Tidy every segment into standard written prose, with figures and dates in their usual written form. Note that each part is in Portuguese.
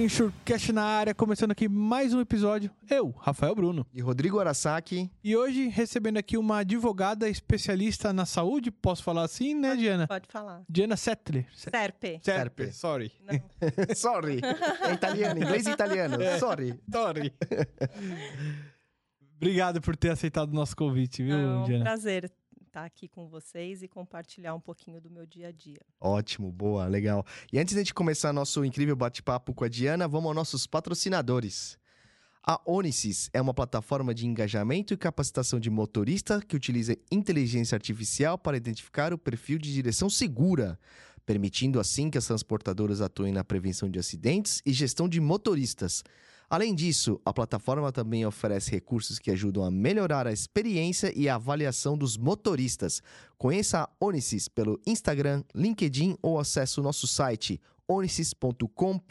InsureCast na área, começando aqui mais um episódio. Eu, Rafael Bruno. E Rodrigo Arasaki. E hoje recebendo aqui uma advogada especialista na saúde, posso falar assim, né, Diana? Pode falar. Diana Settler. Serpe. Sorry. Não. Sorry. É italiano, inglês e italiano. Sorry. Sorry. Obrigado por ter aceitado o nosso convite, viu, É um Diana? prazer estar aqui com vocês e compartilhar um pouquinho do meu dia a dia. Ótimo, boa, legal. E antes de a gente começar nosso incrível bate-papo com a Diana, vamos aos nossos patrocinadores. A Onisis é uma plataforma de engajamento e capacitação de motorista que utiliza inteligência artificial para identificar o perfil de direção segura, permitindo assim que as transportadoras atuem na prevenção de acidentes e gestão de motoristas. Além disso, a plataforma também oferece recursos que ajudam a melhorar a experiência e a avaliação dos motoristas. Conheça a Onisis pelo Instagram, LinkedIn ou acesse o nosso site onisis.com.br.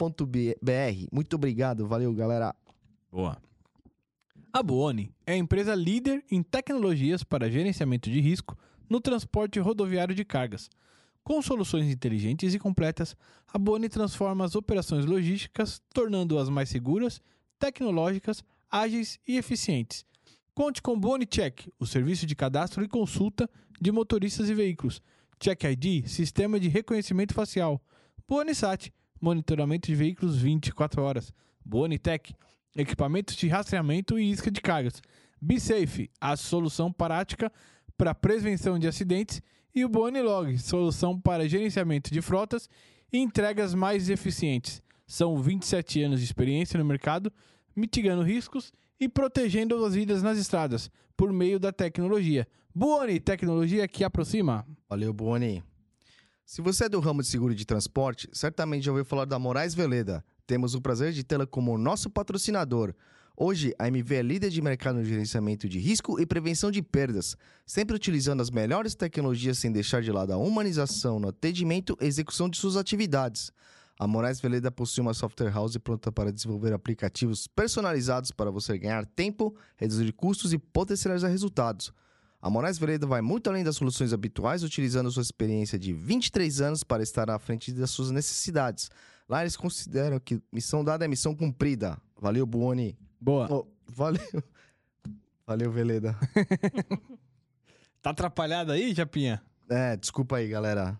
Muito obrigado, valeu, galera. Boa. A Buoni é a empresa líder em tecnologias para gerenciamento de risco no transporte rodoviário de cargas. Com soluções inteligentes e completas, a Buoni transforma as operações logísticas, tornando-as mais seguras, tecnológicas, ágeis e eficientes. Conte com Buoni Check, o serviço de cadastro e consulta de motoristas e veículos. Check ID, sistema de reconhecimento facial. Buoni Sat, monitoramento de veículos 24 horas. Buoni Tech, equipamentos de rastreamento e isca de cargas. BeSafe, a solução prática para prevenção de acidentes. E o Buoni Log, solução para gerenciamento de frotas e entregas mais eficientes. São 27 anos de experiência no mercado, mitigando riscos e protegendo as vidas nas estradas por meio da tecnologia. Buoni, tecnologia que aproxima. Valeu, Buoni. Se você é do ramo de seguro de transporte, certamente já ouviu falar da Moraes Veleda. Temos o prazer de tê-la como nosso patrocinador. Hoje, a MV é líder de mercado no gerenciamento de risco e prevenção de perdas, sempre utilizando as melhores tecnologias sem deixar de lado a humanização no atendimento e execução de suas atividades. A Moraes Veleda possui uma software house pronta para desenvolver aplicativos personalizados para você ganhar tempo, reduzir custos e potencializar resultados. A Moraes Veleda vai muito além das soluções habituais, utilizando sua experiência de 23 anos para estar à frente das suas necessidades. Lá eles consideram que missão dada é missão cumprida. Valeu, Buoni. Boa. Oh, valeu. Valeu, Veleda. Tá atrapalhado aí, Japinha? Desculpa aí, galera.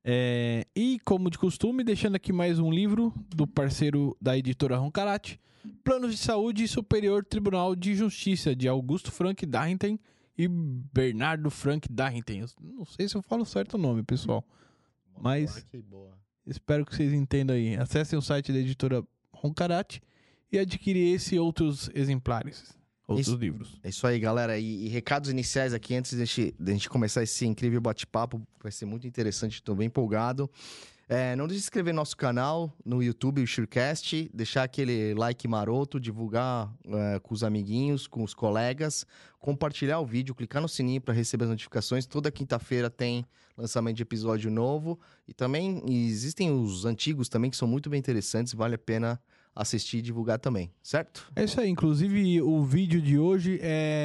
E, como de costume, deixando aqui mais um livro do parceiro da editora Roncarate, Planos de Saúde e Superior Tribunal de Justiça, de Augusto Frank Darrington e Bernardo Frank Darrington. Eu não sei se eu falo certo o nome, pessoal, mas espero que vocês entendam aí. Acessem o site da editora Roncarate e adquirir esse e outros exemplares, outros livros. É isso aí, galera. E recados iniciais aqui, antes de a gente começar esse incrível bate-papo, vai ser muito interessante, estou bem empolgado. Não deixe de se inscrever no nosso canal, no YouTube, o InsureCast, deixar aquele like maroto, divulgar com os amiguinhos, com os colegas, compartilhar o vídeo, clicar no sininho para receber as notificações. Toda quinta-feira tem lançamento de episódio novo. E também existem os antigos também, que são muito bem interessantes, vale a pena assistir e divulgar também, certo? É isso aí, inclusive o vídeo de hoje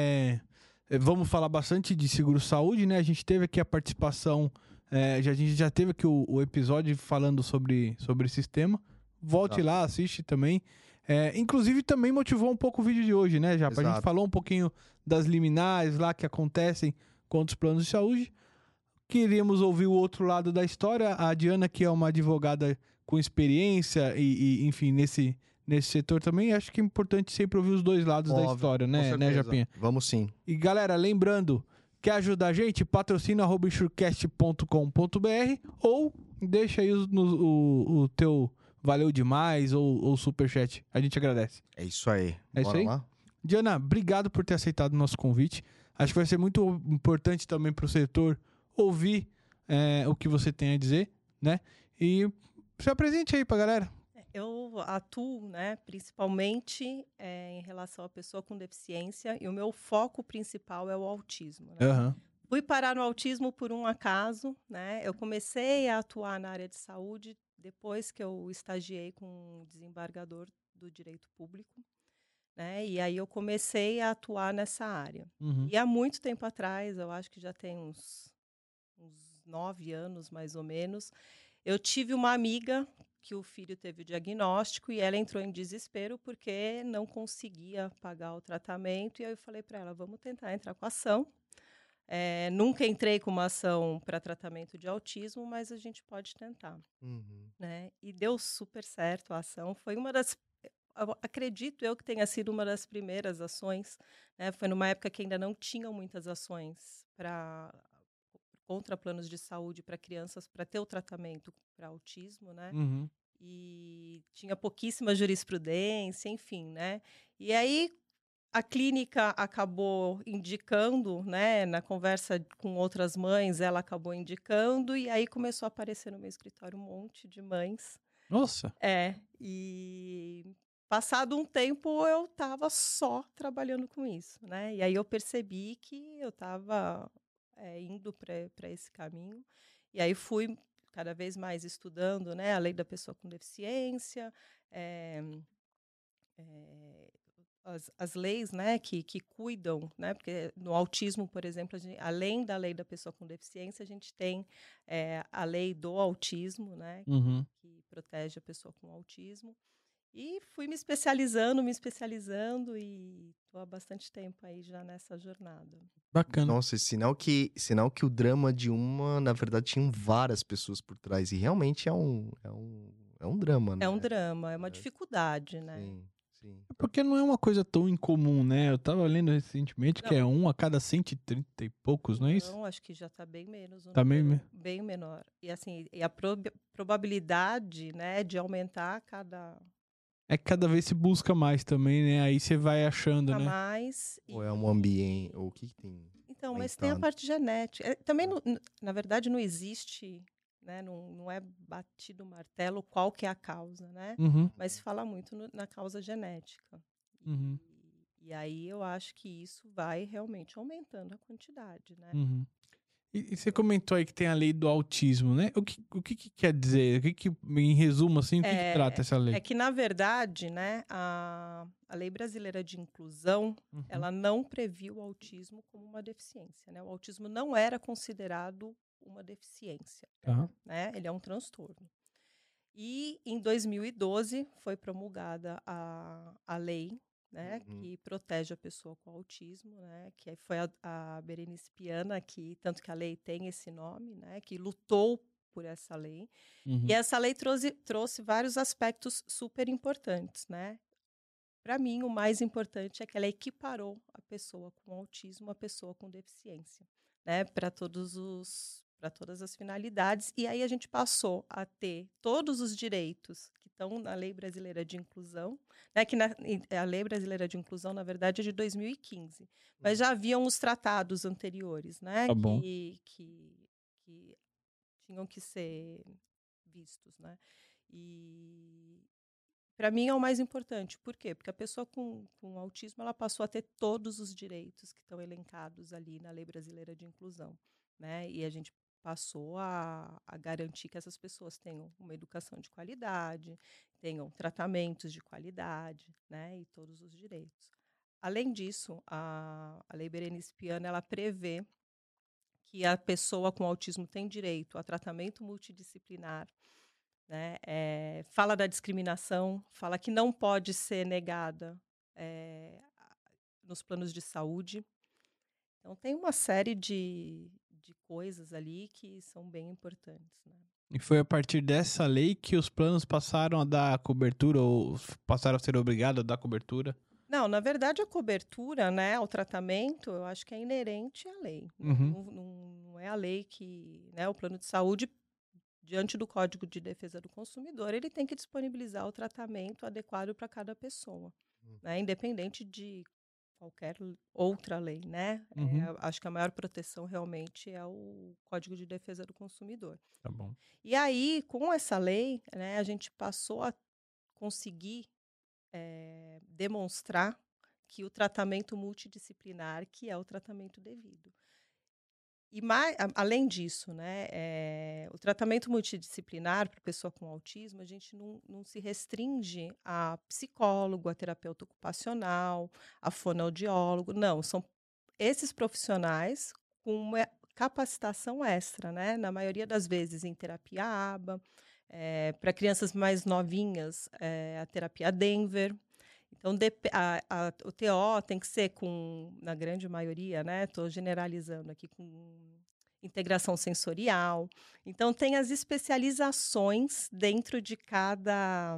vamos falar bastante de seguro-saúde, né? A gente teve aqui a participação, a gente já teve aqui o episódio falando sobre esse tema. Volte lá, assiste também. Inclusive também motivou um pouco o vídeo de hoje, né, Japa? A gente falou um pouquinho das liminares lá que acontecem contra os planos de saúde. Queríamos ouvir o outro lado da história. A Diana, que é uma advogada com experiência e enfim, nesse setor também, acho que é importante sempre ouvir os dois lados da história, né, Japinha? Vamos sim. E galera, lembrando, quer ajudar a gente? Patrocina @insurecast.com.br ou deixa aí o teu valeu demais ou superchat. A gente agradece. É isso aí. É isso aí? Lá? Diana, obrigado por ter aceitado o nosso convite. Acho que vai ser muito importante também para o setor ouvir o que você tem a dizer, né? E se apresente aí pra galera. Eu atuo, né, principalmente em relação à pessoa com deficiência e o meu foco principal é o autismo. Né? Uhum. Fui parar no autismo por um acaso, né? Eu comecei a atuar na área de saúde depois que eu estagiei com um desembargador do direito público, né? E aí eu comecei a atuar nessa área. Uhum. E há muito tempo atrás, eu acho que já tem uns 9 anos mais ou menos, eu tive uma amiga que o filho teve o diagnóstico e ela entrou em desespero porque não conseguia pagar o tratamento. E aí eu falei para ela, vamos tentar entrar com a ação. Nunca entrei com uma ação para tratamento de autismo, mas a gente pode tentar. Né? E deu super certo a ação. Foi uma das... Acredito eu que tenha sido uma das primeiras ações. Né? Foi numa época que ainda não tinham muitas ações contra planos de saúde para crianças para ter o tratamento para autismo, né? Uhum. E tinha pouquíssima jurisprudência, enfim, né? E aí a clínica acabou indicando, né? Na conversa com outras mães, ela acabou indicando e aí começou a aparecer no meu escritório um monte de mães. Nossa! E passado um tempo eu estava só trabalhando com isso, né? E aí eu percebi que eu estava indo para esse caminho. E aí fui cada vez mais estudando, né, a lei da pessoa com deficiência, as leis, né, que cuidam, né, porque no autismo, por exemplo, além da lei da pessoa com deficiência, a gente tem a lei do autismo, né, Uhum. que protege a pessoa com autismo. E fui me especializando e estou há bastante tempo aí já nessa jornada. Bacana. Nossa, sinal que o drama de uma, na verdade, tinham várias pessoas por trás. E realmente é um drama, né? É um drama, é uma dificuldade, né? Sim, sim. Porque não é uma coisa tão incomum, né? Eu tava lendo recentemente que é 1 a cada 130 e poucos, não é isso? Não, acho que já está bem menos. Tá meio... Bem menor. E assim, a probabilidade, né, de aumentar a cada... É que cada vez se busca mais também, né? Aí você vai achando, né? mais. Ou é um ambiente, ou o que tem? Então, mas tem a parte genética. Também, na verdade, não existe, né? Não é batido o martelo qual que é a causa, né? Uhum. Mas se fala muito na causa genética. Uhum. E aí eu acho que isso vai realmente aumentando a quantidade, né? Uhum. E você comentou aí que tem a lei do autismo, né? O que quer dizer? Em resumo, assim, o que trata essa lei? É que, na verdade, né, a Lei Brasileira de Inclusão, ela não previu o autismo como uma deficiência, né? O autismo não era considerado uma deficiência, né? Ele é um transtorno. E, em 2012, foi promulgada a lei, né, que protege a pessoa com autismo, né, que foi a Berenice Piana, tanto que a lei tem esse nome, né, que lutou por essa lei. E essa lei trouxe vários aspectos super importantes, né? Para mim, o mais importante é que ela equiparou a pessoa com autismo à pessoa com deficiência, né? Para todas as finalidades. E aí a gente passou a ter todos os direitos que estão na Lei Brasileira de Inclusão, né? A Lei Brasileira de Inclusão, na verdade, é de 2015. Mas já haviam os tratados anteriores, né? Tá bom. Que tinham que ser vistos, né? E para mim é o mais importante. Por quê? Porque a pessoa com autismo ela passou a ter todos os direitos que estão elencados ali na Lei Brasileira de Inclusão, né? E a gente passou a garantir que essas pessoas tenham uma educação de qualidade, tenham tratamentos de qualidade, né? E todos os direitos. Além disso, a Lei Berenice Piana ela prevê que a pessoa com autismo tem direito a tratamento multidisciplinar, né? Fala da discriminação, fala que não pode ser negada nos planos de saúde. Então, tem uma série de coisas ali que são bem importantes, né? E foi a partir dessa lei que os planos passaram a dar cobertura ou passaram a ser obrigados a dar cobertura? Não, na verdade, a cobertura, né, o tratamento, eu acho que é inerente à lei. Não é a lei que... Né, o plano de saúde, diante do Código de Defesa do Consumidor, ele tem que disponibilizar o tratamento adequado para cada pessoa, né, independente de qualquer outra lei, né? Acho que a maior proteção realmente é o Código de Defesa do Consumidor. Tá bom. E aí, com essa lei, né, a gente passou a conseguir demonstrar que o tratamento multidisciplinar, que é o tratamento devido. E além disso, né, o tratamento multidisciplinar para pessoa com autismo, a gente não se restringe a psicólogo, a terapeuta ocupacional, a fonoaudiólogo. Não, são esses profissionais com uma capacitação extra, né? Na maioria das vezes em terapia ABA, Para crianças mais novinhas, a terapia Denver. Então, o TO tem que ser na grande maioria, né? Estou generalizando aqui, com integração sensorial. Então, tem as especializações dentro de cada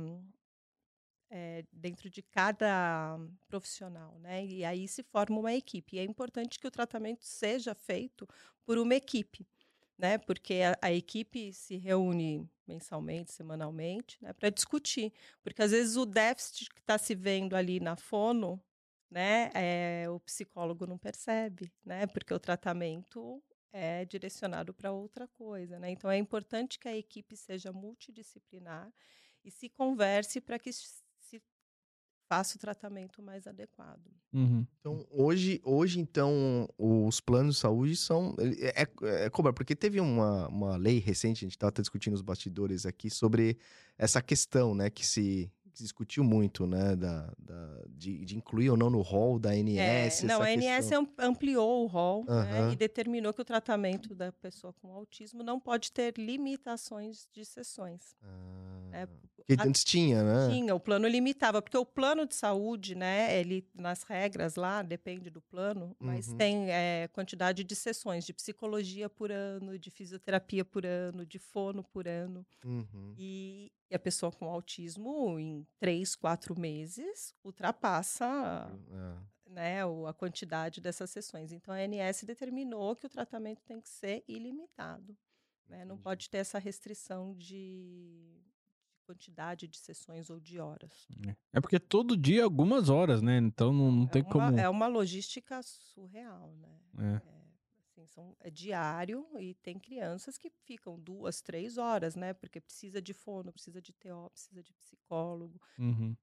profissional, né? E aí se forma uma equipe. E é importante que o tratamento seja feito por uma equipe, né? Porque a equipe se reúne mensalmente, semanalmente, né? Para discutir. Porque às vezes o déficit que está se vendo ali na fono, né? O psicólogo não percebe, né? Porque o tratamento é direcionado para outra coisa, né? Então é importante que a equipe seja multidisciplinar e se converse para que se faça o tratamento mais adequado. Uhum. Então, hoje, então, os planos de saúde são... cobrado, porque teve uma lei recente, a gente estava até discutindo nos bastidores aqui, sobre essa questão, né, que se discutiu muito, né, de incluir ou não no rol da ANS, Não, essa a ANS questão. ampliou o rol, né, Aham. e determinou que o tratamento da pessoa com autismo não pode ter limitações de sessões. né? Porque antes tinha, né? Tinha, o plano limitava, porque o plano de saúde, né, ele, nas regras lá, depende do plano, mas tem quantidade de sessões de psicologia por ano, de fisioterapia por ano, de fono por ano. E a pessoa com autismo, em 3, 4 meses, ultrapassa né, a quantidade dessas sessões. Então, a ANS determinou que o tratamento tem que ser ilimitado. Né? Não pode ter essa restrição de quantidade de sessões ou de horas. É porque todo dia algumas horas, né? Então não tem como... É uma logística surreal, né? É diário e tem crianças que ficam 2, 3 horas, né? Porque precisa de fono, precisa de TO, precisa de psicólogo. Uhum.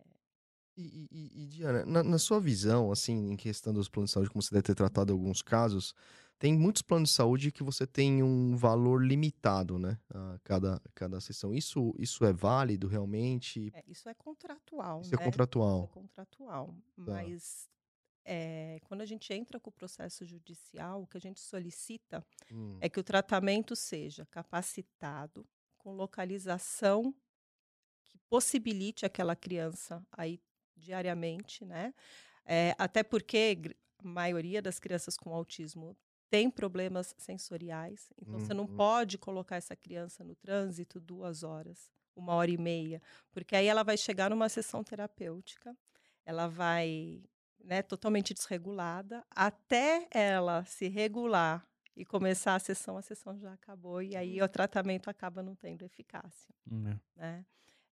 E Diana, na sua visão, assim, em questão dos planos de saúde, como você deve ter tratado alguns casos, tem muitos planos de saúde que você tem um valor limitado, né? A cada sessão. Isso é válido realmente? Isso é contratual, Isso né? é contratual. Isso é contratual. Tá. Mas quando a gente entra com o processo judicial, o que a gente solicita é que o tratamento seja capacitado, com localização que possibilite aquela criança aí diariamente, né? Até porque a maioria das crianças com autismo tem problemas sensoriais, então você não pode colocar essa criança no trânsito 2 horas, 1h30, porque aí ela vai chegar numa sessão terapêutica, ela vai, né, totalmente desregulada, até ela se regular e começar a sessão já acabou, e aí o tratamento acaba não tendo eficácia. Né?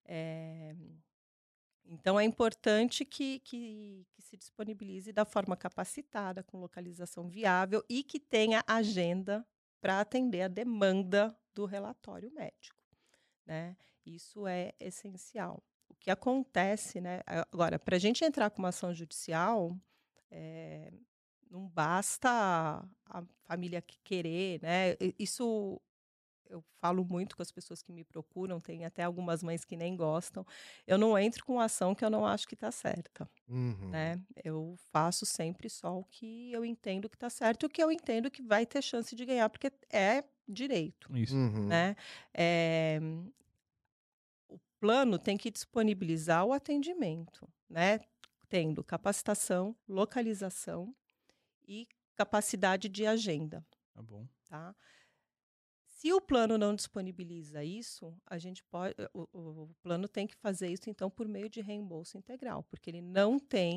Então, é importante que se disponibilize da forma capacitada, com localização viável e que tenha agenda para atender a demanda do relatório médico. Né? Isso é essencial. O que acontece, né? Agora, para a gente entrar com uma ação judicial, não basta a família querer, né? Isso eu falo muito com as pessoas que me procuram, tem até algumas mães que nem gostam. Eu não entro com ação que eu não acho que está certa. Né? Eu faço sempre só o que eu entendo que está certo e o que eu entendo que vai ter chance de ganhar, porque é direito. Isso. Né? O plano tem que disponibilizar o atendimento, né? Tendo capacitação, localização e capacidade de agenda. Tá bom. Tá? Se o plano não disponibiliza isso, a gente pode, o plano tem que fazer isso então por meio de reembolso integral, porque ele não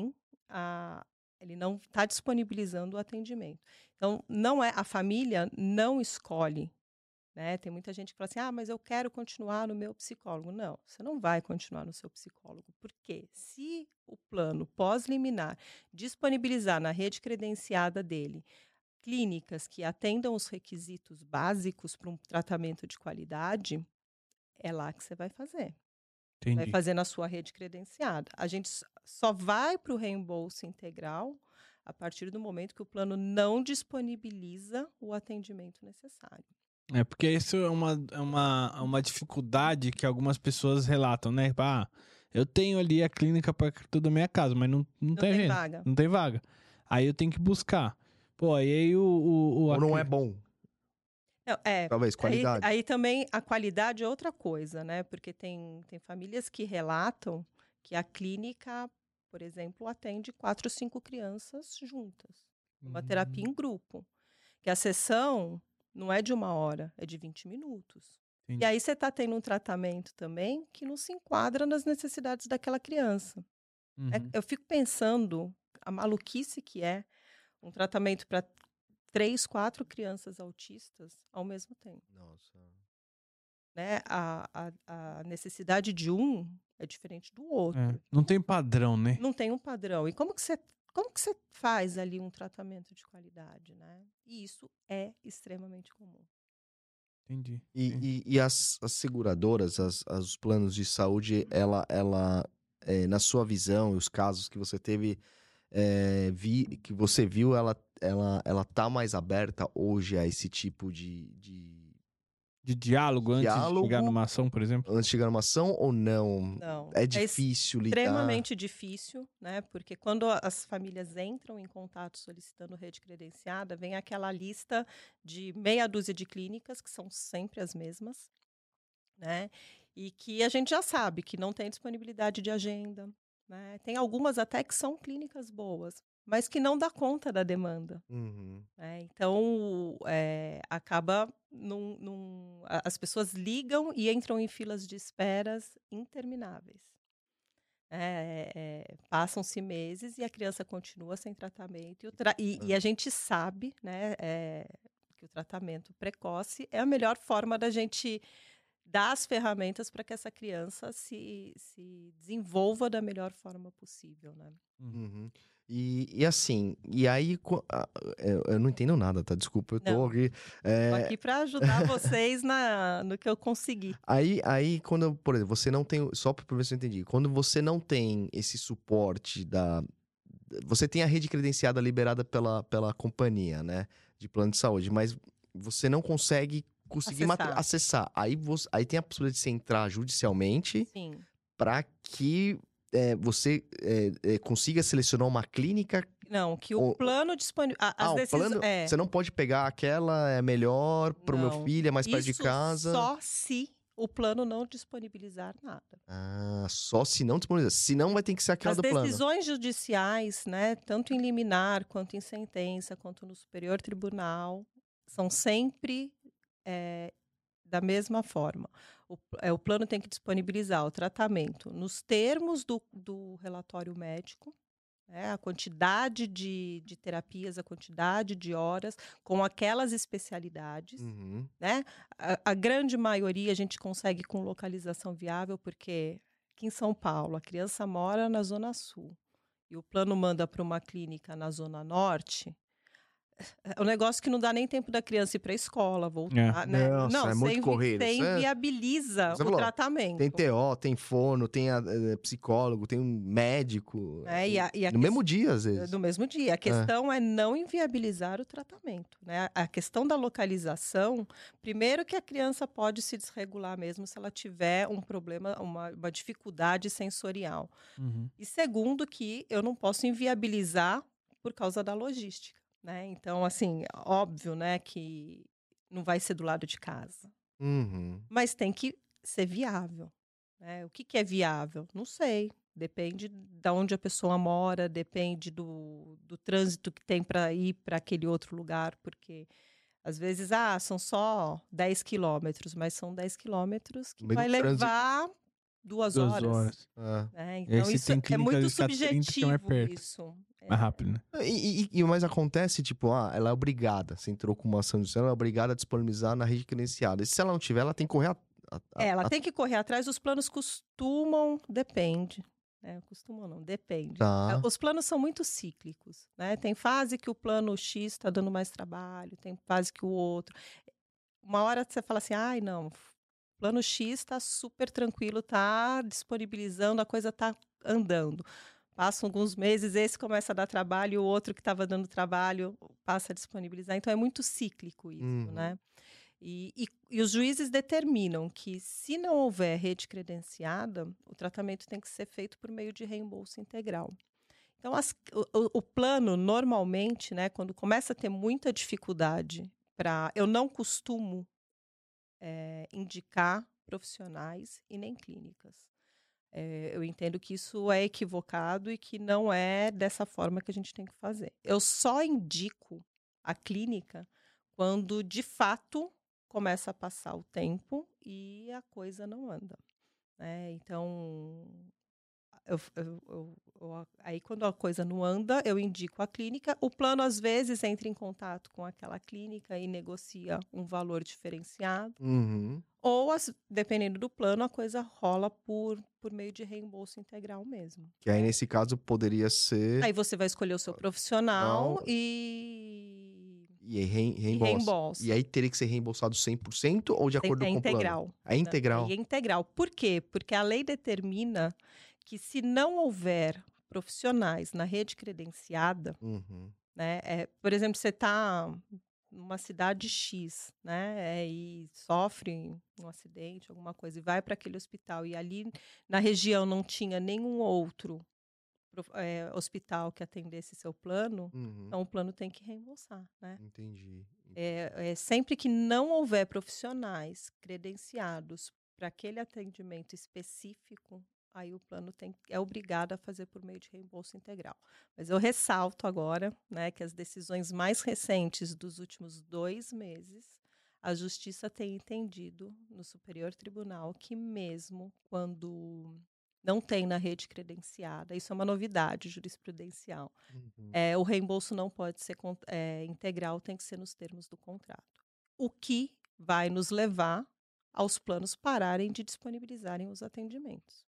está disponibilizando o atendimento. Então, a família não escolhe, né? Tem muita gente que fala assim, mas eu quero continuar no meu psicólogo. Não, você não vai continuar no seu psicólogo, porque se o plano pós-liminar disponibilizar na rede credenciada dele clínicas que atendam os requisitos básicos para um tratamento de qualidade, é lá que você vai fazer. Entendi. Vai fazer na sua rede credenciada. A gente só vai para o reembolso integral a partir do momento que o plano não disponibiliza o atendimento necessário. Porque isso é uma dificuldade que algumas pessoas relatam, né? Eu tenho ali a clínica perto da minha casa, mas não tem gente. Vaga. Não tem vaga. Aí eu tenho que buscar. Pô, e aí ou não é bom. Não, Talvez, qualidade. Aí também a qualidade é outra coisa, né? Porque tem famílias que relatam que a clínica, por exemplo, atende 4 ou 5 crianças juntas. Uma terapia em grupo. Que a sessão não é de 1 hora, é de 20 minutos. Entendi. E aí você está tendo um tratamento também que não se enquadra nas necessidades daquela criança. Eu fico pensando a maluquice que é um tratamento para 3, 4 crianças autistas ao mesmo tempo. Nossa. Né? A necessidade de um é diferente do outro. Não tem padrão, né? Não tem um padrão. E como que você faz ali um tratamento de qualidade, né? E isso é extremamente comum. Entendi. E as seguradoras, os planos de saúde, na sua visão, os casos que você teve, que você viu, ela tá mais aberta hoje a esse tipo De diálogo antes de chegar Diálogo. numa ação, por exemplo? antes de chegar numa ação ou não? Não. É difícil lidar? Extremamente difícil, né? Porque quando as famílias entram em contato solicitando rede credenciada, vem aquela lista de meia dúzia de clínicas, que são sempre as mesmas, né? E que a gente já sabe que não tem disponibilidade de agenda, né? Tem algumas até que são clínicas boas, mas que não dá conta da demanda. Uhum. Então, acaba as pessoas ligam e entram em filas de esperas intermináveis. Passam-se meses e a criança continua sem tratamento. E a gente sabe, né, que o tratamento precoce é a melhor forma da gente dar as ferramentas para que essa criança se desenvolva da melhor forma possível, né? Uhum. E assim, e aí, eu não entendo nada, tá? Desculpa, eu tô Não. aqui. Tô aqui para ajudar vocês no que eu conseguir. Aí, quando, por exemplo, você não tem. Só pra ver se eu entendi. Quando você não tem esse suporte Você tem a rede credenciada liberada pela companhia, né? De plano de saúde, mas você não consegue acessar. Aí tem a possibilidade de você entrar judicialmente. Sim. Para que você consiga selecionar uma clínica. Não, que o plano disponível. O plano. Você não pode pegar aquela é melhor para o meu filho, é mais perto de casa. Só se o plano não disponibilizar nada. Só se não disponibilizar. Senão vai ter que ser aquela do plano. As decisões judiciais, né, tanto em liminar, quanto em sentença, quanto no Superior Tribunal, são sempre da mesma forma. O plano tem que disponibilizar o tratamento nos termos do relatório médico, a quantidade de terapias, a quantidade de horas, com aquelas especialidades. Uhum. Né? A grande maioria a gente consegue com localização viável, porque aqui em São Paulo a criança mora na Zona Sul e o plano manda para uma clínica na Zona Norte. É um negócio que não dá nem tempo da criança ir para a escola, voltar, né? Nossa, Não, muito corrido. Você inviabiliza o tratamento. Tem TO, tem fono, tem psicólogo, tem um médico. No mesmo dia, às vezes. No mesmo dia. A questão é não inviabilizar o tratamento, né? A questão da localização, primeiro que a criança pode se desregular mesmo se ela tiver um problema, uma dificuldade sensorial. Uhum. E segundo que eu não posso inviabilizar por causa da logística. Né? Então, assim, óbvio, né, que não vai ser do lado de casa. Uhum. Mas tem que ser viável. Né? O que é viável? Não sei. Depende de onde a pessoa mora, depende do trânsito que tem para ir para aquele outro lugar, porque às vezes, são só 10 quilômetros, mas são 10 quilômetros que vai levar 2 horas. Né? Então, isso é muito subjetivo, isso. Mais rápido, né? Mas acontece, tipo, ela é obrigada. Você entrou com uma ação judicial, ela é obrigada a disponibilizar na rede credenciada. E se ela não tiver, ela tem que correr ela tem que correr atrás. Os planos costumam... Depende. Costumam não, depende. Tá. Os planos são muito cíclicos. Né? Tem fase que o plano X está dando mais trabalho, tem fase que o outro... Uma hora você fala assim, não, plano X está super tranquilo, está disponibilizando, a coisa está andando. Passam alguns meses, esse começa a dar trabalho, o outro que estava dando trabalho passa a disponibilizar. Então, é muito cíclico isso, né? E os juízes determinam que, se não houver rede credenciada, o tratamento tem que ser feito por meio de reembolso integral. Então, o plano, normalmente, né, quando começa a ter muita dificuldade Eu não costumo indicar profissionais e nem clínicas. Eu entendo que isso é equivocado e que não é dessa forma que a gente tem que fazer. Eu só indico a clínica quando, de fato, começa a passar o tempo e a coisa não anda, né? Então, aí quando a coisa não anda, eu indico a clínica. O plano, às vezes, entra em contato com aquela clínica e negocia um valor diferenciado. Uhum. Ou, dependendo do plano, a coisa rola por meio de reembolso integral mesmo. Que aí, nesse caso, poderia ser... Aí você vai escolher o seu profissional Não. e reembolso. reembolsa. E aí teria que ser reembolsado 100% ou de acordo com o plano? integral. É integral. É integral. Por quê? Porque a lei determina que se não houver profissionais na rede credenciada, Uhum. né? Por exemplo, você está numa cidade X, né? E sofre um acidente, alguma coisa, e vai para aquele hospital, e ali na região não tinha nenhum outro hospital que atendesse seu plano, Uhum. então o plano tem que reembolsar, né? Entendi. Sempre que não houver profissionais credenciados para aquele atendimento específico, aí o plano é obrigado a fazer por meio de reembolso integral. Mas eu ressalto agora, né, que as decisões mais recentes dos últimos 2 meses, a Justiça tem entendido no Superior Tribunal que mesmo quando não tem na rede credenciada, isso é uma novidade jurisprudencial, Uhum. o reembolso não pode ser integral, tem que ser nos termos do contrato. O que vai nos levar aos planos pararem de disponibilizarem os atendimentos.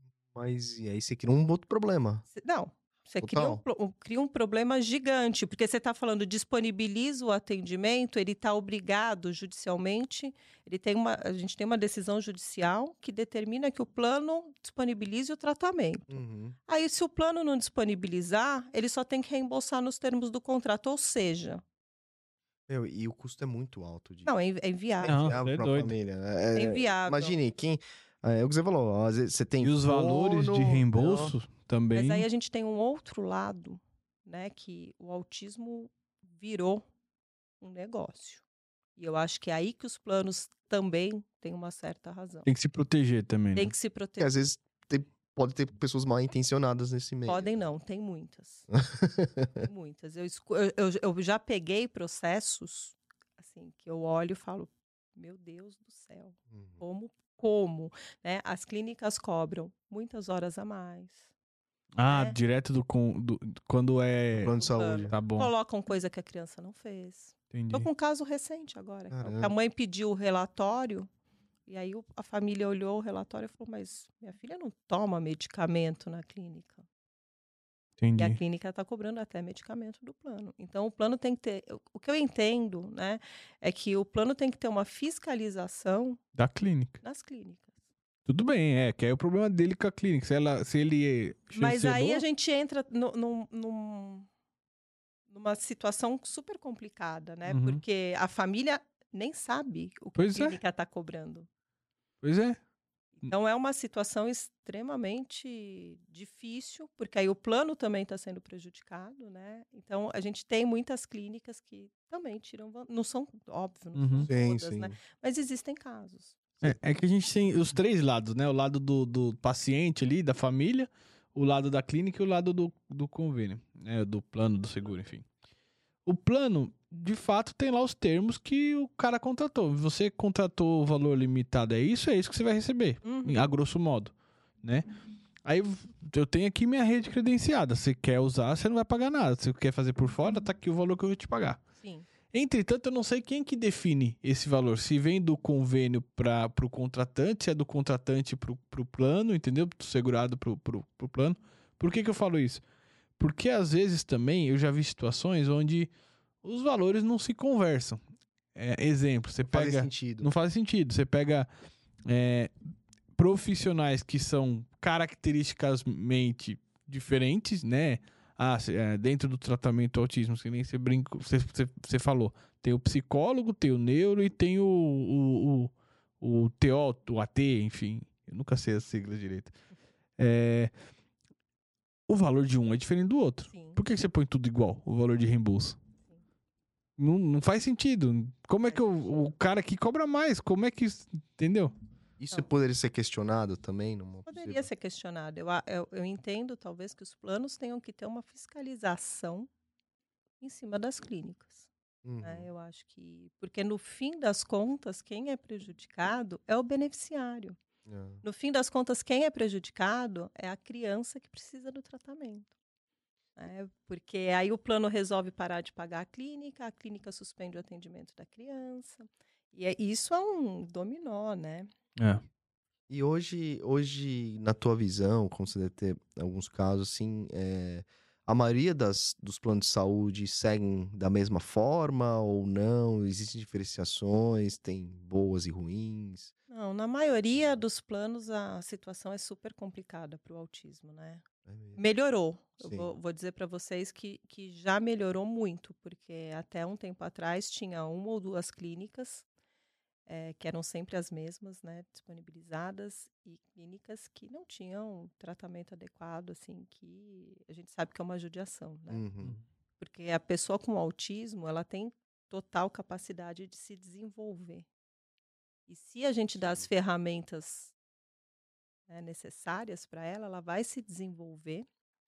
Mas e aí você cria um outro problema. Você cria um problema gigante, porque você está falando, disponibiliza o atendimento, ele está obrigado judicialmente, a gente tem uma decisão judicial que determina que o plano disponibilize o tratamento. Uhum. Aí, se o plano não disponibilizar, ele só tem que reembolsar nos termos do contrato, ou seja... E o custo é muito alto. Não, é inviável. Não, Inviável é pra doido. família. É inviável. Imagine, é o que você falou, às vezes você tem E os valores de reembolso também. Mas aí a gente tem um outro lado, né, que o autismo virou um negócio. E eu acho que é aí que os planos também têm uma certa razão. Tem que se proteger também, Tem né? que se Porque proteger. às vezes pode ter pessoas mal intencionadas nesse meio. Podem não, tem muitas. Tem muitas. Eu já peguei processos, assim, que eu olho e falo, meu Deus do céu, como? Né? As clínicas cobram muitas horas a mais. né? Direto quando é... Plano de saúde. Tá bom, Colocam coisa que a criança não fez. entendi. Tô com um caso recente agora. Caramba. Que a mãe pediu o relatório, e aí a família olhou o relatório e falou, mas minha filha não toma medicamento na clínica. E a Entendi. clínica está cobrando até medicamento do plano. Então, o plano tem que ter... O que eu entendo, né, é que o plano tem que ter uma fiscalização Da clínica. nas clínicas. Tudo bem, que aí é o problema dele com a clínica. Se ele Mas aí chancelou... a gente entra numa situação super complicada, né? Uhum. Porque a família nem sabe o que Pois a clínica está cobrando. Pois é. Então, é uma situação extremamente difícil, porque aí o plano também está sendo prejudicado, né? Então, a gente tem muitas clínicas que também tiram... Não são, óbvio, não são todas, Sim. né? Mas existem casos. É que a gente tem os 3 lados, né? O lado do paciente ali, da família, o lado da clínica e o lado do convênio, né? Do plano, do seguro, enfim. O plano, de fato, tem lá os termos que o cara contratou. Você contratou o valor limitado, é isso que você vai receber, a grosso modo, né? Aí eu tenho aqui minha rede credenciada. Você quer usar, você não vai pagar nada. Se você quer fazer por fora, tá aqui o valor que eu vou te pagar. Sim. Entretanto, eu não sei quem que define esse valor. Se vem do convênio para o contratante, se é do contratante para o plano, entendeu? Do segurado para o plano. Por que eu falo isso? Porque às vezes também eu já vi situações onde os valores não se conversam. Exemplo, você pega... Não faz sentido. Você pega profissionais que são caracteristicamente diferentes, né? Dentro do tratamento autismo, que nem você falou. Tem o psicólogo, tem o neuro e tem o TO, o AT, enfim. Eu nunca sei as siglas direito. O valor de um é diferente do outro. Sim. Por que você põe tudo igual, o valor de reembolso? Sim. Não faz sentido. Como é que o cara aqui cobra mais? Como é que... Entendeu? Isso Não. poderia ser questionado também? Poderia ser questionado. Eu entendo, talvez, que os planos tenham que ter uma fiscalização em cima das clínicas. Né? Eu acho que... Porque, no fim das contas, quem é prejudicado é o beneficiário. No fim das contas, quem é prejudicado é a criança que precisa do tratamento. Né? Porque aí o plano resolve parar de pagar a clínica suspende o atendimento da criança. E isso é um dominó, né? É. E hoje, na tua visão, como você deve ter alguns casos, assim, a maioria dos planos de saúde seguem da mesma forma ou não? Existem diferenciações, tem boas e ruins? Não, na maioria dos planos a situação é super complicada para o autismo, né? É mesmo. Melhorou. Eu Sim. vou dizer para vocês que já melhorou muito, porque até um tempo atrás tinha 1 ou 2 clínicas, que eram sempre as mesmas, né, disponibilizadas, e clínicas que não tinham tratamento adequado, assim, que a gente sabe que é uma judiação, né? Uhum. Porque a pessoa com autismo, ela tem total capacidade de se desenvolver. E se a gente dá as ferramentas, né, necessárias para ela, ela vai se desenvolver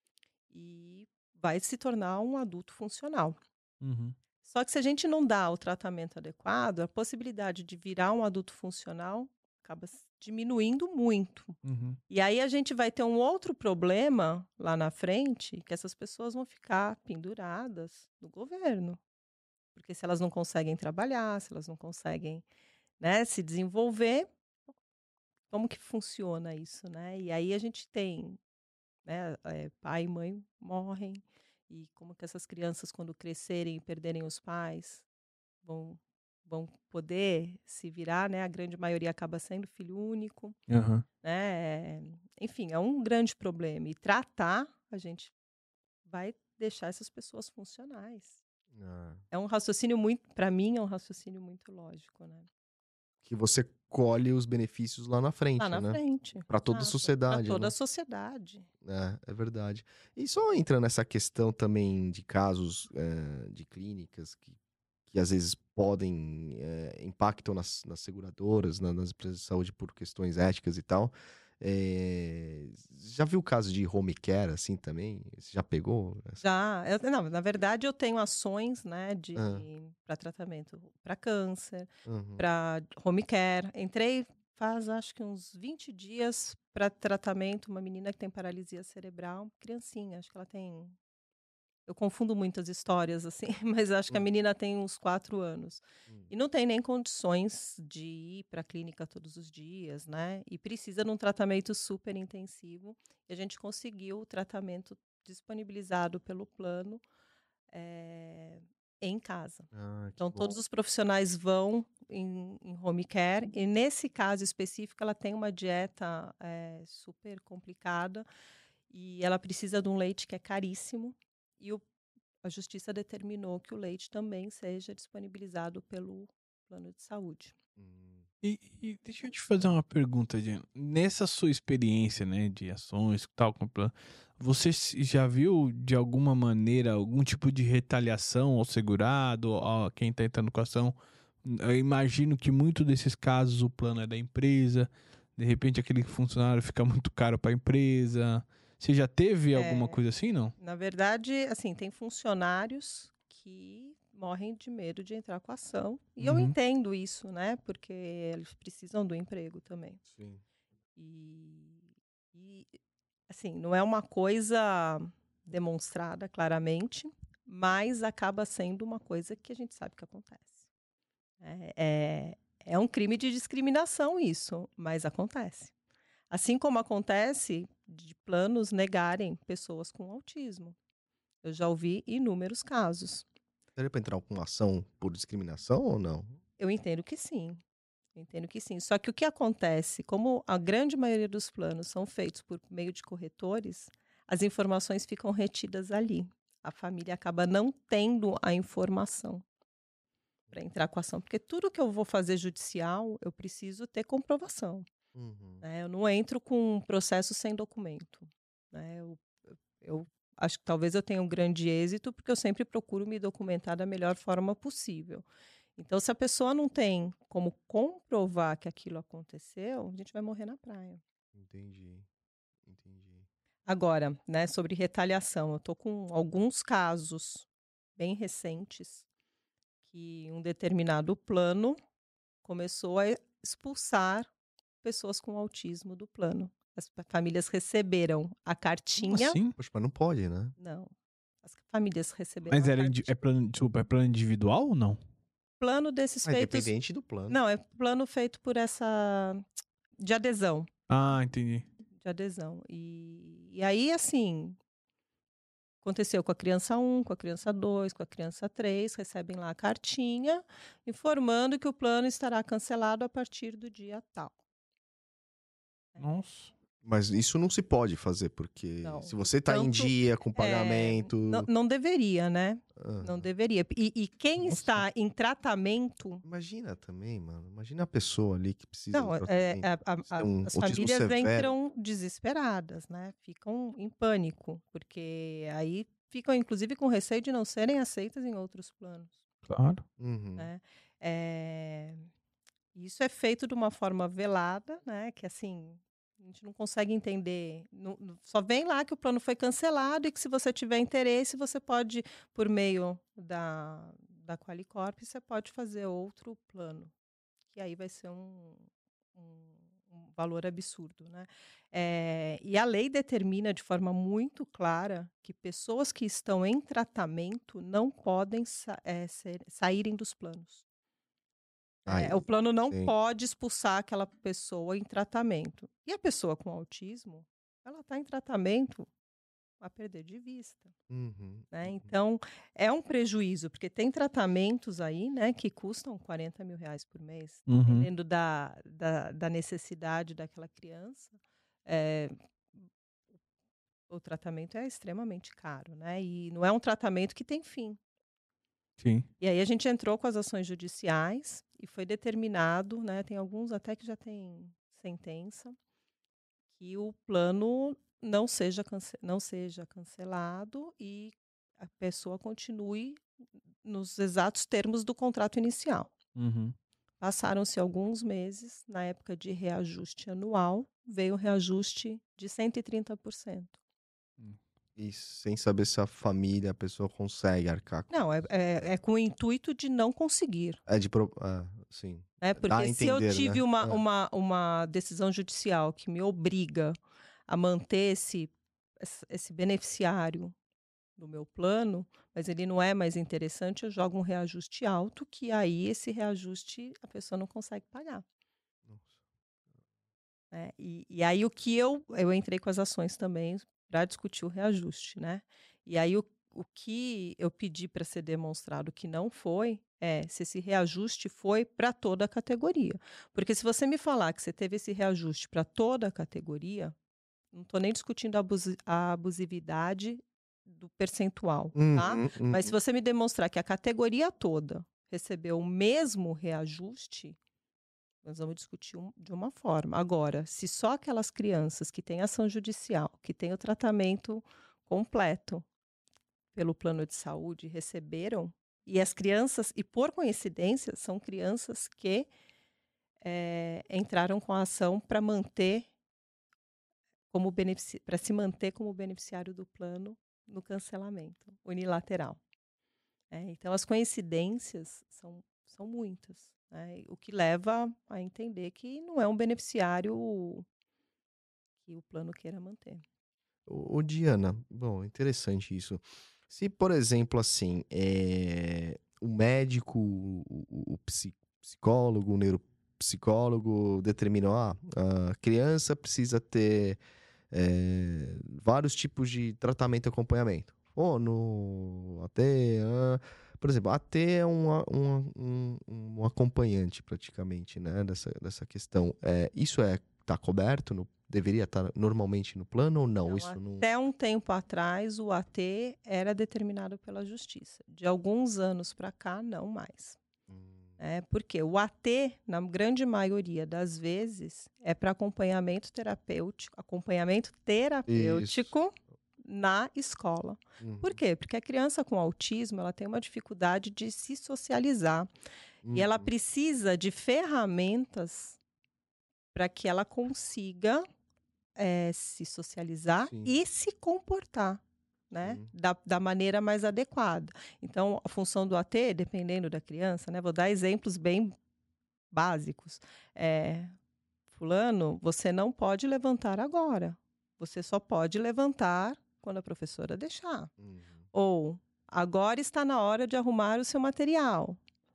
e vai se tornar um adulto funcional. Uhum. Só que se a gente não dá o tratamento adequado, a possibilidade de virar um adulto funcional acaba diminuindo muito. Uhum. E aí a gente vai ter um outro problema lá na frente, que essas pessoas vão ficar penduradas no governo. Porque se elas não conseguem trabalhar, se elas não conseguem, né, se desenvolver, como que funciona isso, né? E aí a gente tem, né, pai e mãe morrem, e como que essas crianças, quando crescerem e perderem os pais, vão poder se virar, né? A grande maioria acaba sendo filho único, Uhum. né? Enfim, é um grande problema. E tratar, a gente vai deixar essas pessoas funcionais. É um raciocínio muito, para mim, é um raciocínio muito lógico, né? Que você colhe os benefícios lá na frente, Lá na né? frente. Para toda a Para sociedade, toda né? a sociedade. É verdade. E só entra nessa questão também de casos de clínicas que às vezes podem impactam nas seguradoras, nas empresas de saúde por questões éticas e tal. Já viu o caso de home care assim também? Você já pegou? Já, não, na verdade eu tenho ações, né, Ah, para tratamento para câncer, uhum. para home care. Entrei faz acho que uns 20 dias para tratamento, uma menina que tem paralisia cerebral, criancinha, acho que ela tem... Eu confundo muitas histórias, assim, mas acho que a menina tem uns 4 anos. E não tem nem condições de ir para a clínica todos os dias, né? E precisa de um tratamento super intensivo. E a gente conseguiu o tratamento disponibilizado pelo plano em casa. Ah, que Então, bom. todos os profissionais vão em home care. E nesse caso específico, ela tem uma dieta super complicada. E ela precisa de um leite que é caríssimo. E a justiça determinou que o leite também seja disponibilizado pelo plano de saúde. E deixa eu te fazer uma pergunta, Diana. Nessa sua experiência, né, de ações, tal, você já viu de alguma maneira algum tipo de retaliação ao segurado, a quem está entrando com a ação? Eu imagino que muito desses casos o plano é da empresa, de repente aquele funcionário fica muito caro para a empresa. Você já teve alguma coisa assim, não? Na verdade, assim, tem funcionários que morrem de medo de entrar com a ação. E eu entendo isso, né? Porque eles precisam do emprego também. Sim. E assim, não é uma coisa demonstrada claramente, mas acaba sendo uma coisa que a gente sabe que acontece. É um crime de discriminação isso, mas acontece. Assim como acontece de planos negarem pessoas com autismo. Eu já ouvi inúmeros casos. Daria para entrar com ação por discriminação ou não? Eu entendo que sim. Eu entendo que sim. Só que o que acontece, como a grande maioria dos planos são feitos por meio de corretores, as informações ficam retidas ali. A família acaba não tendo a informação para entrar com a ação. Porque tudo que eu vou fazer judicial, eu preciso ter comprovação. Né? Eu não entro com um processo sem documento. Né? acho que talvez eu tenha um grande êxito, porque eu sempre procuro me documentar da melhor forma possível. Então, se a pessoa não tem como comprovar que aquilo aconteceu, a gente vai morrer na praia. Entendi. Agora, né, sobre retaliação, eu estou com alguns casos bem recentes que um determinado plano começou a expulsar pessoas com autismo do plano. As famílias receberam a Como cartinha. assim? Poxa, mas não pode, né? Não. As famílias receberam Mas a era cartinha. é plano individual ou não? Plano desses Mas feitos. independente do plano. Não, é plano feito por essa. De adesão. Ah, entendi. De adesão. E aí, assim. Aconteceu com a criança 1, com a criança 2, com a criança 3, recebem lá a cartinha informando que o plano estará cancelado a partir do dia tal. Nossa. Mas isso não se pode fazer, porque Não. se você tá em Tanto, dia com pagamento... Não deveria, né? Ah, Não deveria. E quem Nossa. está em tratamento. Imagina também, mano. Imagina a pessoa ali que precisa Não, de tratamento. Tem um as autismo famílias severo. entram desesperadas, né? Ficam em pânico, porque aí ficam, inclusive, com receio de não serem aceitas em outros planos. Claro. Uhum. Né? Isso é feito de uma forma velada, né? Que assim, a gente não consegue entender. Só vem lá que o plano foi cancelado e que se você tiver interesse, você pode, por meio da Qualicorp, você pode fazer outro plano. Que aí vai ser um valor absurdo, né? E a lei determina de forma muito clara que pessoas que estão em tratamento não podem saírem dos planos. O plano não pode expulsar aquela pessoa em tratamento. E a pessoa com autismo, ela está em tratamento a perder de vista. Uhum. Né? Então, é um prejuízo, porque tem tratamentos aí, né, que custam R$40 mil por mês, dependendo da necessidade daquela criança. O tratamento é extremamente caro, né? E não é um tratamento que tem fim. Sim. E aí a gente entrou com as ações judiciais e foi determinado, né, tem alguns até que já tem sentença, que o plano não seja cancelado e a pessoa continue nos exatos termos do contrato inicial. Uhum. Passaram-se alguns meses, na época de reajuste anual, veio o reajuste de 130%. E sem saber se a família, a pessoa consegue arcar com... Não, é com o intuito de não conseguir. Sim. Porque se eu tive, né? uma decisão judicial que me obriga a manter esse beneficiário no meu plano, mas ele não é mais interessante, eu jogo um reajuste alto, que aí esse reajuste a pessoa não consegue pagar. E aí o que eu entrei com as ações também para discutir o reajuste, né? E aí o que eu pedi para ser demonstrado que não foi se esse reajuste foi para toda a categoria. Porque se você me falar que você teve esse reajuste para toda a categoria, não estou nem discutindo a abusividade do percentual, tá? Mas se você me demonstrar que a categoria toda recebeu o mesmo reajuste, nós vamos discutir de uma forma. Agora, se só aquelas crianças que têm ação judicial, que têm o tratamento completo pelo plano de saúde, receberam, e as crianças, e por coincidência, são crianças que entraram com a ação para se manter como beneficiário do plano no cancelamento unilateral. Então, as coincidências são muitas. O que leva a entender que não é um beneficiário que o plano queira manter. Ô, Diana, bom, interessante isso. Se, por exemplo, assim, o médico, o psicólogo, o neuropsicólogo determinou, a criança precisa ter vários tipos de tratamento e acompanhamento. Fono, AT, por exemplo, AT é um acompanhante praticamente, né, dessa questão. Isso está coberto? Deveria estar normalmente no plano ou não? Até um tempo atrás, o AT era determinado pela justiça. De alguns anos para cá, não mais. Porque o AT, na grande maioria das vezes, é para acompanhamento terapêutico, na escola. Por quê? Porque a criança com autismo, ela tem uma dificuldade de se socializar. E ela precisa de ferramentas para que ela consiga se socializar Sim. e se comportar, né? Da maneira mais adequada. Então, a função do AT, dependendo da criança, né? Vou dar exemplos bem básicos. Fulano, você não pode levantar agora. Você só pode levantar quando a professora deixar. Ou, agora está na hora de arrumar o seu material.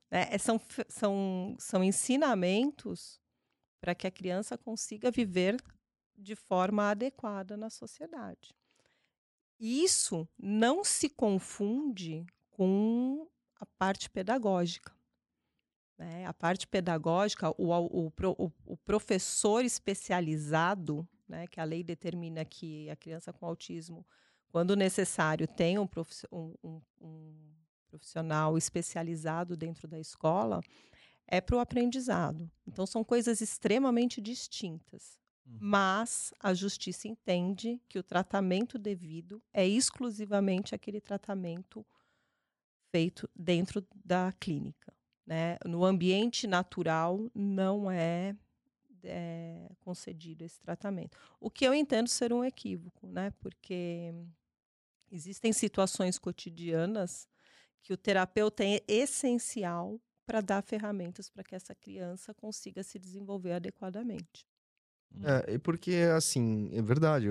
São ensinamentos para que a criança consiga viver de forma adequada na sociedade. Isso não se confunde com a parte pedagógica. Né? A parte pedagógica, o professor especializado, né, que a lei determina que a criança com autismo, quando necessário, tem um profissional especializado dentro da escola, é para o aprendizado. Então, são coisas extremamente distintas. Mas a justiça entende que o tratamento devido é exclusivamente aquele tratamento feito dentro da clínica. Né? No ambiente natural, não é concedido esse tratamento. O que eu entendo ser um equívoco, né? Porque existem situações cotidianas que o terapeuta é essencial para dar ferramentas para que essa criança consiga se desenvolver adequadamente. E porque, assim, é verdade.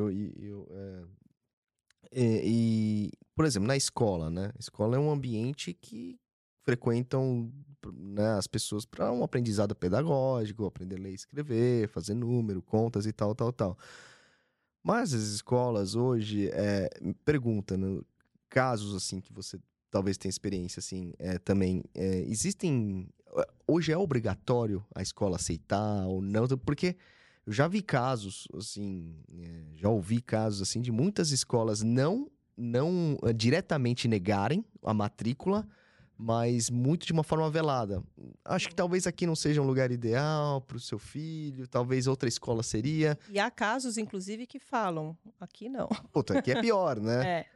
Por exemplo, na escola, né? A escola é um ambiente que frequentam, né, as pessoas para um aprendizado pedagógico, aprender a ler e escrever, fazer número, contas e tal, tal, tal. Mas as escolas hoje, me pergunta, né, casos assim que você talvez tenha experiência assim, também, existem... Hoje é obrigatório a escola aceitar ou não? Porque eu já vi casos, assim, já ouvi casos assim de muitas escolas não diretamente negarem a matrícula, mas muito de uma forma velada. Acho que talvez aqui não seja um lugar ideal para o seu filho, talvez outra escola seria. E há casos, inclusive, que falam, aqui não. Puta, aqui é pior, né?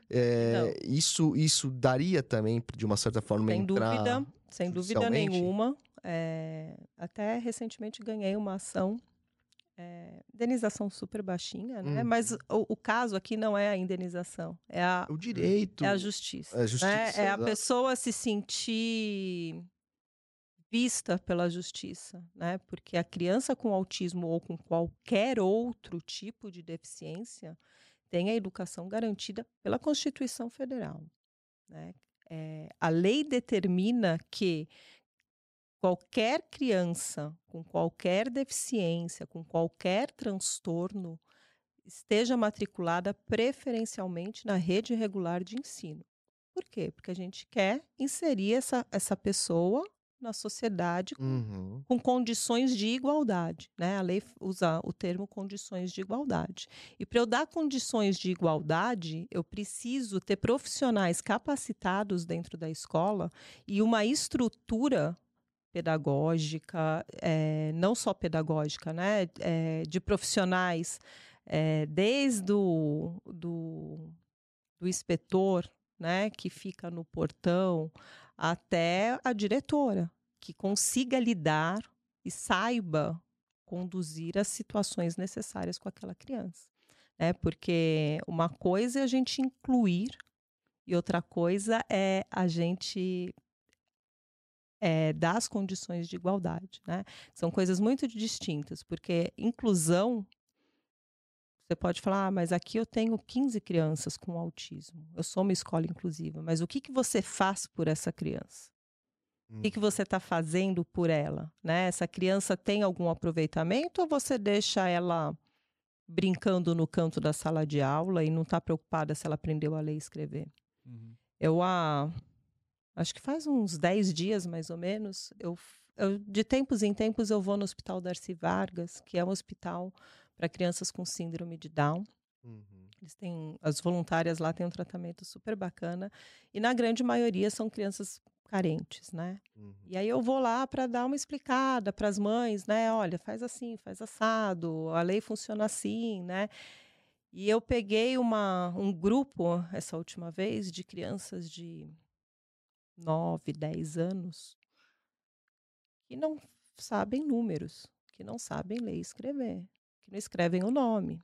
Isso daria também, de uma certa forma, entrar sem dúvida nenhuma. Até recentemente ganhei uma ação, indenização super baixinha, né? Mas o caso aqui não é a indenização, o direito. É a justiça. É a justiça, né? É a pessoa se sentir vista pela justiça, né? Porque a criança com autismo ou com qualquer outro tipo de deficiência tem a educação garantida pela Constituição Federal, né? A lei determina que qualquer criança com qualquer deficiência, com qualquer transtorno, esteja matriculada preferencialmente na rede regular de ensino. Por quê? Porque a gente quer inserir essa pessoa na sociedade com condições de igualdade. Né? A lei usa o termo condições de igualdade. E para eu dar condições de igualdade, eu preciso ter profissionais capacitados dentro da escola e uma estrutura pedagógica, não só pedagógica, né? De profissionais, desde do inspetor, né? Que fica no portão, até a diretora, que consiga lidar e saiba conduzir as situações necessárias com aquela criança. Porque uma coisa é a gente incluir e outra coisa é a gente dar as condições de igualdade. Né? São coisas muito distintas, porque inclusão, você pode falar, mas aqui eu tenho 15 crianças com autismo, eu sou uma escola inclusiva, mas o que você faz por essa criança? O que você está fazendo por ela? Né? Essa criança tem algum aproveitamento ou você deixa ela brincando no canto da sala de aula e não está preocupada se ela aprendeu a ler e escrever? Eu acho que faz uns 10 dias, mais ou menos, de tempos em tempos eu vou no Hospital Darcy Vargas, que é um hospital para crianças com síndrome de Down. As voluntárias lá têm um tratamento super bacana. E na grande maioria são crianças carentes, né? E aí eu vou lá para dar uma explicada para as mães, né? Olha, faz assim, faz assado, a lei funciona assim, né? E eu peguei um grupo, essa última vez, de crianças de 9, 10 anos, que não sabem números, que não sabem ler e escrever, que não escrevem o nome,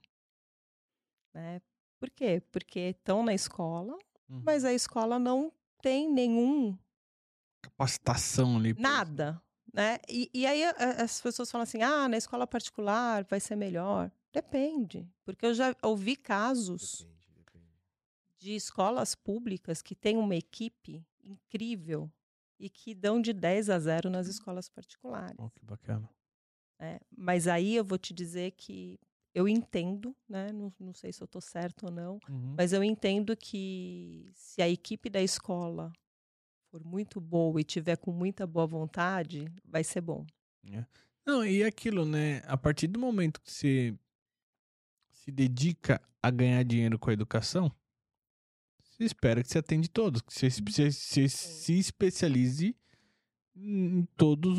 né? Por quê? Porque estão na escola, mas a escola não tem nenhum Capacitação ali. nada, né? E aí as pessoas falam assim, na escola particular vai ser melhor. Depende, porque eu já ouvi casos de escolas públicas que têm uma equipe incrível e que dão de 10-0 nas escolas particulares. Oh, que bacana. Mas aí eu vou te dizer que eu entendo, né? Não sei se eu estou certo ou não, mas eu entendo que se a equipe da escola for muito boa e tiver com muita boa vontade, vai ser bom. Não, e aquilo, né? A partir do momento que você se dedica a ganhar dinheiro com a educação, você espera que você atende todos, que você se especialize em todos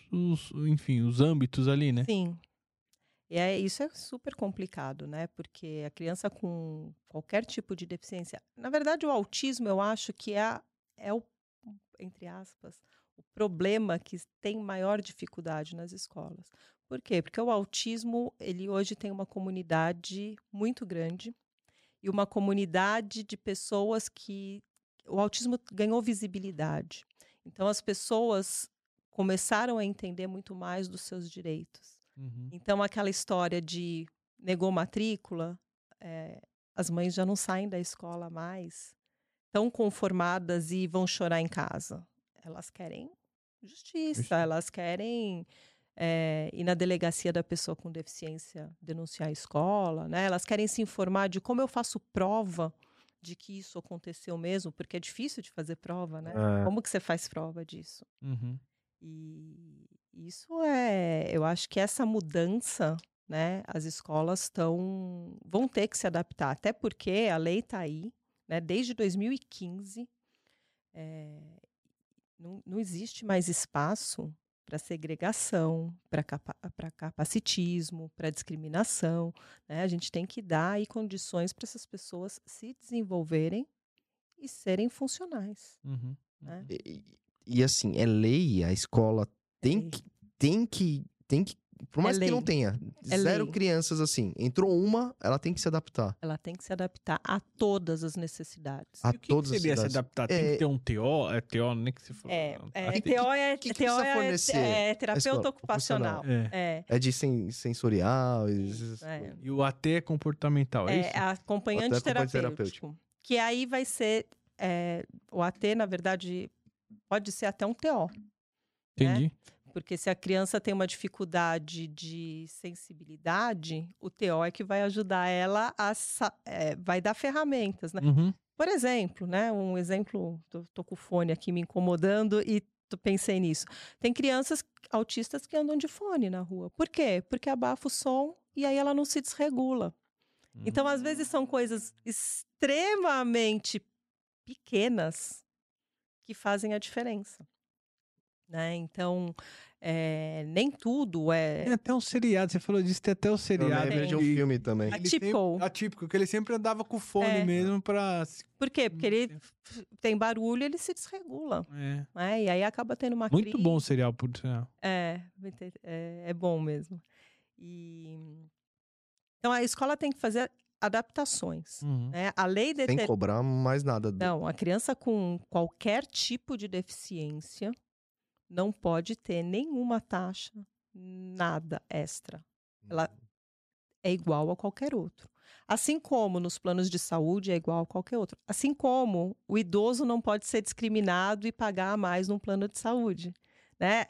os âmbitos ali, né? Sim. E isso é super complicado, né? Porque a criança com qualquer tipo de deficiência... Na verdade, o autismo, eu acho que é o, entre aspas, o problema que tem maior dificuldade nas escolas. Por quê? Porque o autismo, ele hoje tem uma comunidade muito grande e uma comunidade de pessoas que... O autismo ganhou visibilidade. Então, as pessoas começaram a entender muito mais dos seus direitos. Então, aquela história de negou matrícula, as mães já não saem da escola mais, tão conformadas e vão chorar em casa. Elas querem justiça, elas querem ir na delegacia da pessoa com deficiência denunciar a escola, né? Elas querem se informar de como eu faço prova de que isso aconteceu mesmo, porque é difícil de fazer prova, né? Como que você faz prova disso? E isso eu acho que essa mudança, né, as escolas vão ter que se adaptar, até porque a lei está aí, né, desde 2015, não existe mais espaço para segregação, para capacitismo, para discriminação, né? A gente tem que dar aí condições para essas pessoas se desenvolverem e serem funcionais. Né? E assim, é lei, a escola tem que, por mais que não tenha, zero crianças assim, entrou uma, ela tem que se adaptar. Ela tem que se adaptar a todas as necessidades. E o que seria se adaptar? Tem que ter um TO? É TO, nem que você falou. TO é terapeuta ocupacional. É de sensorial. E o AT é comportamental, é isso? É acompanhante terapêutico. Que aí vai ser... o AT, na verdade, pode ser até um TO. Entendi. Né? Porque se a criança tem uma dificuldade de sensibilidade, o TO é que vai ajudar ela vai dar ferramentas, né? Por exemplo, né? Um exemplo, tô com o fone aqui me incomodando e pensei nisso. Tem crianças autistas que andam de fone na rua. Por quê? Porque abafa o som e aí ela não se desregula. Então, às vezes, são coisas extremamente pequenas que fazem a diferença. Né? Então, nem tudo Tem até um seriado, você falou disso, tem até o seriado. Eu de um filme também. Atípico, que ele sempre andava com o fone mesmo pra... Por quê? Porque ele tem barulho, ele se desregula. Né? E aí acaba tendo uma Muito bom o serial, por sinal. É bom mesmo. Então, a escola tem que fazer adaptações. Né? A lei Sem cobrar mais nada. Não, a criança com qualquer tipo de deficiência não pode ter nenhuma taxa, nada extra. Ela é igual a qualquer outro. Assim como nos planos de saúde é igual a qualquer outro. Assim como o idoso não pode ser discriminado e pagar a mais num plano de saúde. Né?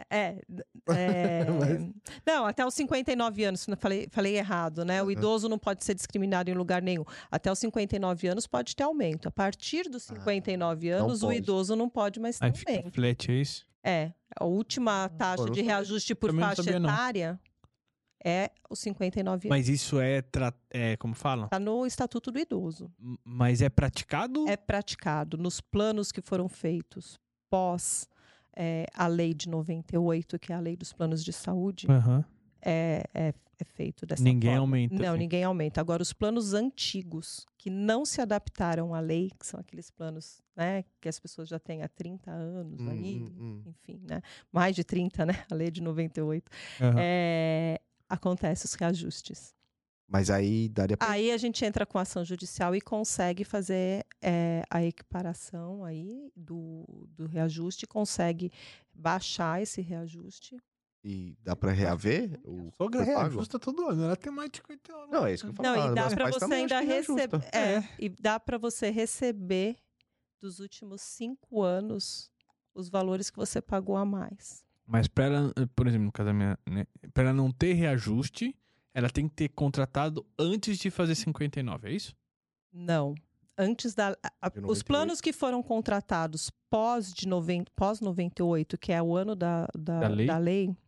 Não, até os 59 anos, falei errado, né? O idoso não pode ser discriminado em lugar nenhum. Até os 59 anos pode ter aumento. A partir dos 59 anos, o idoso não pode mais ter aumento. Fica flat, é isso? A última taxa de reajuste por faixa etária é os 59 anos. Mas isso como fala? Está no Estatuto do Idoso. Mas é praticado? É praticado. Nos planos que foram feitos pós a lei de 98, que é a lei dos planos de saúde, é feito dessa Ninguém forma. aumenta, Não, assim. ninguém aumenta. Agora, os planos antigos, que não se adaptaram à lei, que são aqueles planos, né, que as pessoas já têm há 30 anos aí, enfim, né, mais de 30, né, a lei de 98, Aham. acontece os reajustes. Mas aí daria pra... Aí a gente entra com ação judicial e consegue fazer a equiparação aí do reajuste, consegue baixar esse reajuste. E dá pra reaver o que Sogra foi pago? reajusta todo ano. Ela tem mais de 50 anos. Não, é isso que eu Não, falo. e dá Meus para pais você também ainda acho que reajusta. receber. E dá para você receber dos últimos 5 anos os valores que você pagou a mais. Mas pra ela, por exemplo, no caso da minha, né, pra ela não ter reajuste, ela tem que ter contratado antes de fazer 59, é isso? Não. Antes os planos que foram contratados pós 98, que é o ano da lei,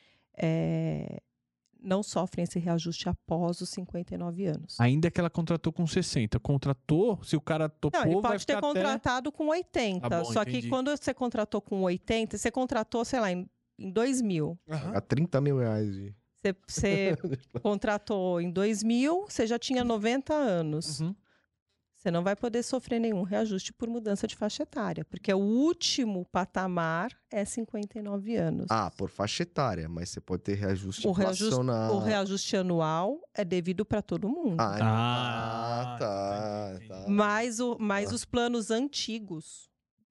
não sofrem esse reajuste após os 59 anos. Ainda que ela contratou com 60. Contratou, se o cara topou, Não, ele vai pode ter ficar contratado com 80. Tá bom, só entendi. que quando você contratou com 80, você contratou, sei lá, em 2000. A 30 mil reais de... Você contratou em 2000, você já tinha 90 anos. Uhum. Você não vai poder sofrer nenhum reajuste por mudança de faixa etária, porque o último patamar é 59 anos. Ah, por faixa etária, mas você pode ter reajuste O reajuste anual é devido para todo mundo. Tá. Mas os planos antigos,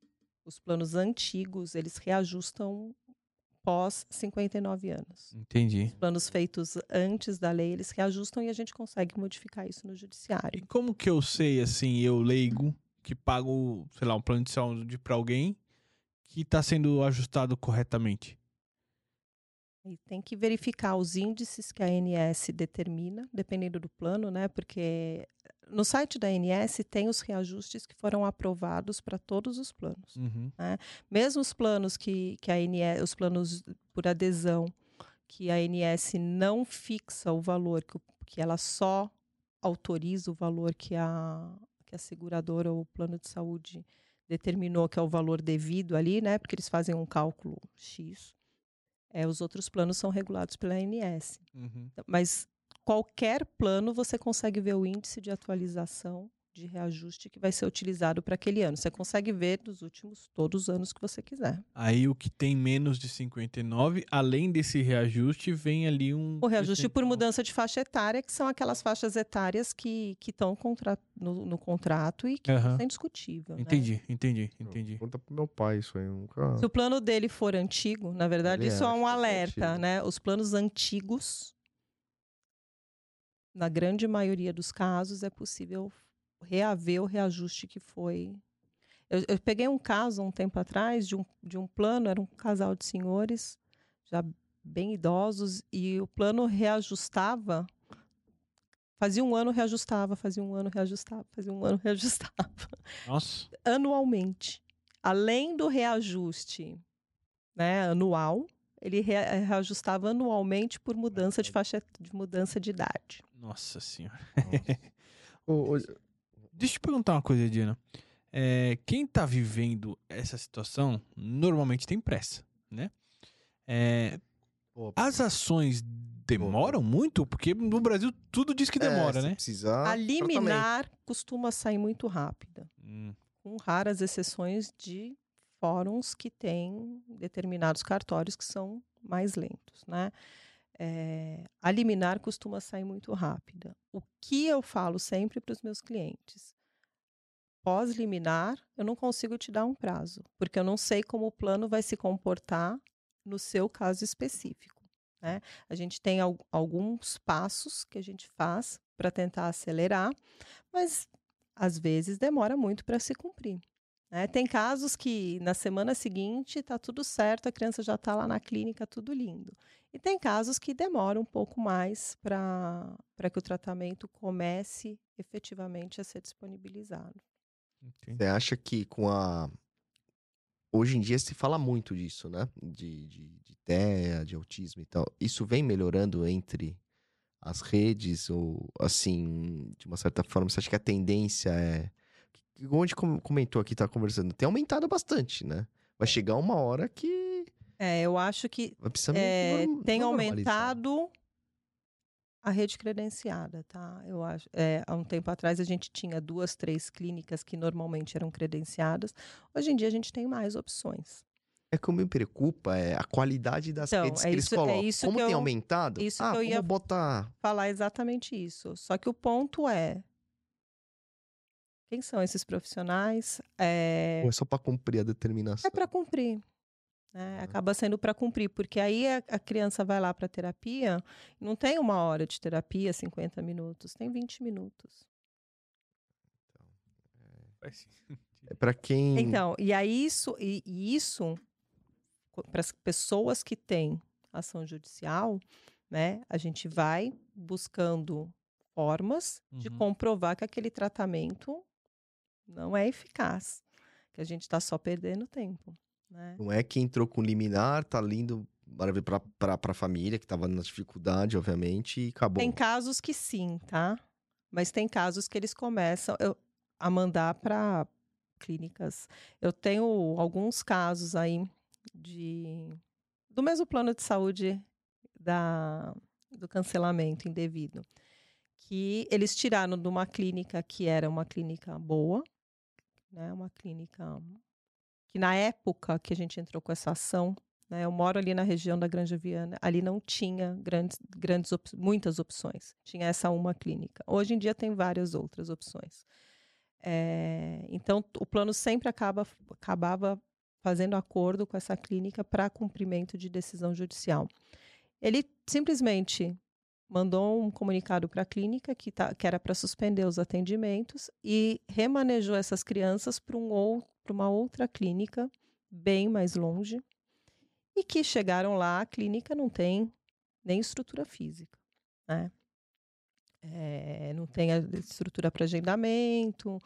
eles reajustam pós 59 anos. Entendi. Os planos feitos antes da lei, eles reajustam e a gente consegue modificar isso no E judiciário. como que eu sei, assim, eu leigo, que pago, sei lá, um plano de saúde pra alguém que tá sendo ajustado corretamente? E tem que verificar os índices que a ANS determina, dependendo do plano, né? Porque no site da ANS tem os reajustes que foram aprovados para todos os planos. Uhum. Mesmo os planos que a ANS, os planos por adesão, que a ANS não fixa o valor, que ela só autoriza o valor que a seguradora ou o plano de saúde determinou, que é o valor devido ali, né? Porque eles fazem um cálculo X. Os outros planos são regulados pela ANS. Uhum. Mas qualquer plano você consegue ver o índice de atualização de reajuste que vai ser utilizado para aquele ano. Você consegue ver dos últimos todos os anos que você quiser. Aí o que tem menos de 59, além desse reajuste, vem ali um... O reajuste por mudança de faixa etária, que são aquelas faixas etárias que estão no contrato e que é indiscutível. Entendi. Conta pro meu pai isso aí. Nunca... Se o plano dele for antigo, na verdade, isso é um alerta, né? Os planos antigos, na grande maioria dos casos, é possível reaver o reajuste que foi. Eu peguei um caso um tempo atrás de um plano, era um casal de senhores, já bem idosos, e o plano reajustava, fazia um ano reajustava, fazia um ano reajustava. Nossa. Anualmente. Além do reajuste, né, anual, ele reajustava anualmente por mudança de faixa, de mudança de idade. Nossa senhora. Deixa eu te perguntar uma coisa, Diana. Quem tá vivendo essa situação normalmente tem pressa, né? As ações demoram muito? Porque no Brasil tudo diz que demora, né? A liminar costuma sair muito rápida. Com raras exceções de fóruns que têm determinados cartórios que são mais lentos, né? A liminar costuma sair muito rápida. O que eu falo sempre para os meus clientes? Pós-liminar, eu não consigo te dar um prazo, porque eu não sei como o plano vai se comportar no seu caso específico, né? A gente tem alguns passos que a gente faz para tentar acelerar, mas às vezes demora muito para se cumprir. Tem casos que na semana seguinte está tudo certo, a criança já está lá na clínica, tudo lindo. E tem casos que demoram um pouco mais para que o tratamento comece efetivamente a ser disponibilizado. Você acha que hoje em dia se fala muito disso, né? De TEA, de autismo e tal. Isso vem melhorando entre as redes? Ou, assim, de uma certa forma, você acha que a tendência é... Igual a gente comentou aqui, tá conversando, tem aumentado bastante, né? Vai chegar uma hora que... Eu acho que vai precisar tem aumentado A rede credenciada, tá? Eu acho. Há um tempo atrás a gente tinha 2, 3 clínicas que normalmente eram credenciadas. Hoje em dia a gente tem mais opções. É que o que me preocupa é a qualidade das Então, redes que eles colocam. isso Como que tem eu, aumentado, isso que eu ia vamos botar... falar exatamente isso. Só que o ponto é, quem são esses profissionais? Ou é só para cumprir a É determinação? para cumprir. Né? Acaba sendo para cumprir, porque aí a criança vai lá para terapia, não tem 1 hora de terapia, 50 minutos, tem 20 minutos. É para quem... Então, e aí isso para as pessoas que têm ação judicial, né, a gente vai buscando formas de comprovar que aquele tratamento não é eficaz, que a gente está só perdendo tempo. Né? Não é que entrou com liminar, tá lindo para a família, que estava na dificuldade, obviamente, e acabou. Tem casos que sim, tá? Mas tem casos que eles começam a mandar para clínicas. Eu tenho alguns casos aí do mesmo plano de saúde do cancelamento indevido, que eles tiraram de uma clínica que era uma clínica boa, né? Uma clínica que na época que a gente entrou com essa ação, né? Eu moro ali na região da Granja Viana, ali não tinha muitas opções. Tinha essa uma clínica. Hoje em dia tem várias outras opções. Então, o plano sempre acabava fazendo acordo com essa clínica para cumprimento de decisão judicial. Ele simplesmente mandou um comunicado para a clínica que era para suspender os atendimentos e remanejou essas crianças para uma outra clínica, bem mais longe, e que chegaram lá, a clínica não tem nem estrutura física, né? Não tem a estrutura para agendamento,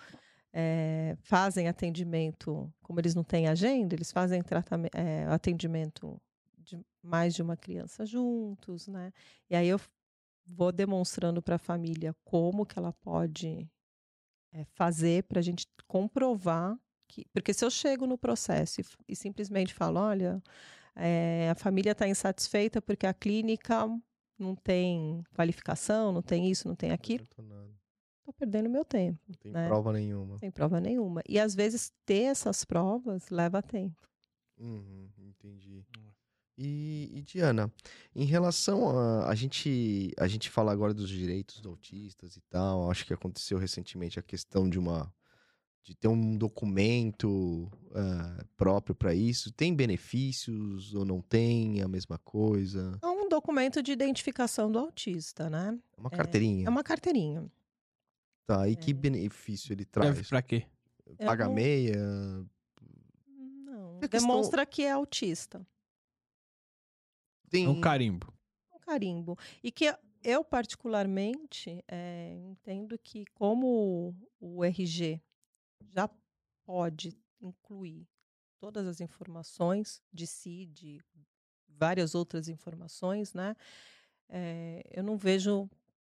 fazem atendimento, como eles não têm agenda, eles fazem atendimento de mais de uma criança juntos, né? E aí eu vou demonstrando para a família como que ela pode fazer para a gente comprovar que... Porque se eu chego no processo e simplesmente falo, olha, a família está insatisfeita porque a clínica não tem qualificação, não tem isso, não tem aquilo, estou perdendo meu tempo. Não tem né? prova nenhuma. Sem prova nenhuma. E às vezes ter essas provas leva tempo. Entendi. E Diana, em relação a gente fala agora dos direitos dos autistas e tal, acho que aconteceu recentemente a questão de ter um documento próprio para isso. Tem benefícios ou não tem? É a mesma coisa? É um documento de identificação do autista, né? É uma carteirinha. É uma carteirinha. Tá, e que benefício ele traz? Serve pra quê? Paga meia? Não, A questão- demonstra que é autista. Tem... É um carimbo. Um carimbo. E que eu, particularmente, entendo que como o RG já pode incluir todas as informações de si, de várias outras informações, né? Eu não vejo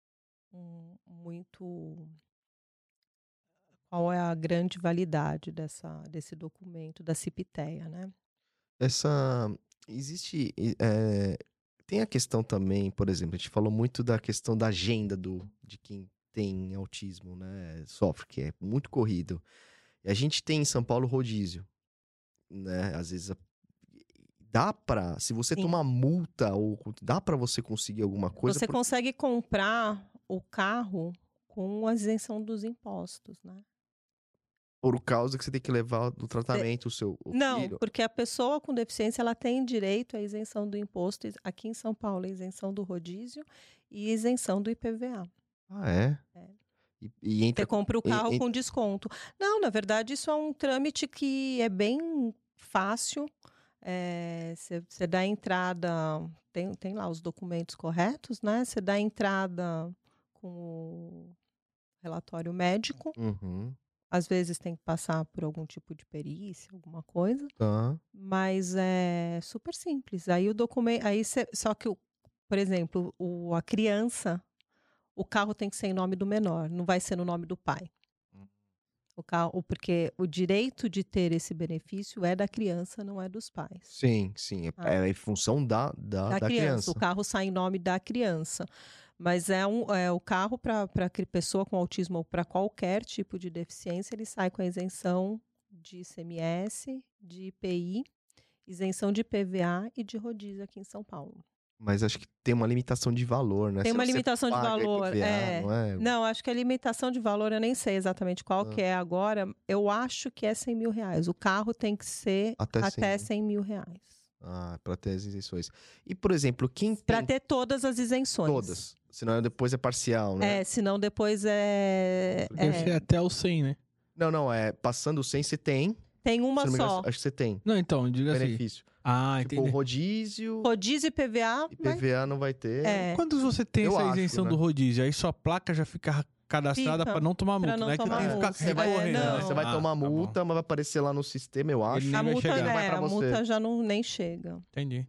muito qual é a grande validade desse documento, da CIPTEA, né? Existe... tem a questão também, por exemplo, a gente falou muito da questão da agenda de quem tem autismo, né? Sofre, que é muito corrido. E a gente tem em São Paulo rodízio, né? Às vezes dá pra... Se você Sim. tomar multa, ou dá pra você conseguir alguma coisa... Você consegue comprar o carro com a isenção dos impostos, né? Por causa que você tem que levar do tratamento o seu Não, filho. porque a pessoa com deficiência ela tem direito à isenção do imposto. Aqui em São Paulo, a isenção do rodízio e isenção do IPVA. Ah, é? E entra... Você compra o carro com desconto. Não, na verdade, isso é um trâmite que é bem fácil. Você dá entrada, tem lá os documentos corretos, né? Você dá entrada com o relatório médico. Uhum. Às vezes tem que passar por algum tipo de perícia, alguma coisa. Tá. Mas é super simples. Aí o documento. Só que, por exemplo, a criança, o carro tem que ser em nome do menor, não vai ser no nome do pai. O carro, porque o direito de ter esse benefício é da criança, não é dos pais. Sim. É em função da criança. O carro sai em nome da criança. Mas é o carro para pessoa com autismo ou para qualquer tipo de deficiência, ele sai com a isenção de ICMS, de IPI, isenção de PVA e de rodízio aqui em São Paulo. Mas acho que tem uma limitação de valor, né? Tem Se uma você limitação de paga valor, IPVA, não é? Não, acho que a limitação de valor, eu nem sei exatamente qual que é agora. Eu acho que é R$100.000. O carro tem que ser Até até 100. R$100.000. Ah, para ter as isenções. E, por exemplo, quem Para tem ter todas as isenções. todas? Senão depois é parcial, né? Senão depois Deve ser até o 100, né? Não, passando o 100 você tem. Tem uma Se não me engano, só. acho que você tem. Não, então, diga assim. Benefício. Ah, Tipo, entendi. rodízio Rodízio e PVA. e PVA não vai ter. Quando você tem Eu essa acho, isenção né? do rodízio, aí sua placa já fica cadastrada Fica, para não tomar multa, pra não né? Que tomar tem que multa. ficar Você vai- recorrendo. não. Você vai tomar tá bom. multa, mas vai aparecer lá no sistema, eu acho. Ele nem A vai multa, chegar. Vai pra a você. multa já nem chega. Entendi.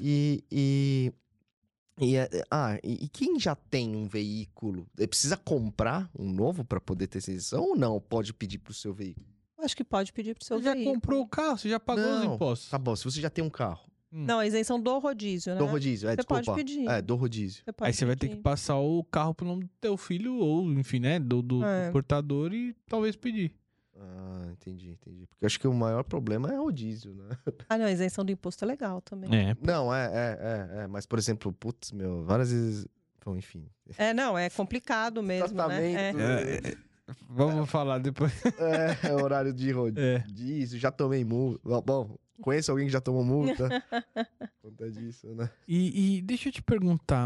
E quem já tem um veículo, precisa comprar um novo para poder ter essa isenção ou não? Pode pedir pro seu veículo? Acho que pode pedir pro seu Você já veículo. comprou o carro, você já pagou os Não. impostos. Tá bom, se você já tem um carro. Não, a isenção do rodízio, né? Do rodízio, Você desculpa. pode pedir. Do rodízio. Você pode Aí você vai ter que pedir. passar o carro pro nome do teu filho, ou, enfim, né? Do portador e talvez pedir. Ah, entendi. Porque eu acho que o maior problema é rodízio, né? Ah, não, a isenção do imposto é legal também. Não, mas, por exemplo, putz, várias vezes... Bom, enfim. Não, é complicado mesmo, né? Tratamento, Vamos falar depois. É horário de rodízio, já tomei multa. Bom, conheço alguém que já tomou multa. Conta disso, né? E deixa eu te perguntar,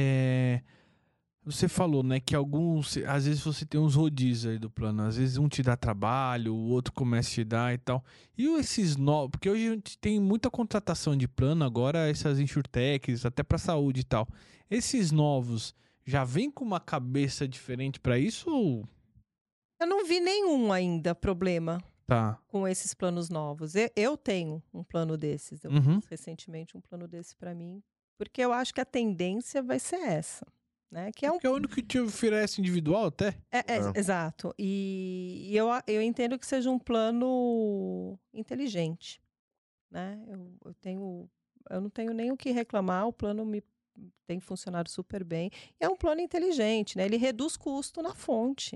você falou, né, que às vezes você tem uns rodízios aí do plano, às vezes um te dá trabalho, o outro começa a te dar e tal. E esses novos, porque hoje a gente tem muita contratação de plano, agora essas insurtechs, até pra saúde e tal. Esses novos já vem com uma cabeça diferente pra isso ou... Eu não vi nenhum ainda problema Tá. com esses planos novos. Eu tenho um plano desses. Eu Uhum. fiz recentemente um plano desse para mim, porque eu acho que a tendência vai ser essa, né? Que é Porque é o único que te oferece individual até. Exato. E eu entendo que seja um plano inteligente, né? Eu não tenho nem o que reclamar. O plano tem funcionado super bem. E é um plano inteligente, né? Ele reduz custo na fonte.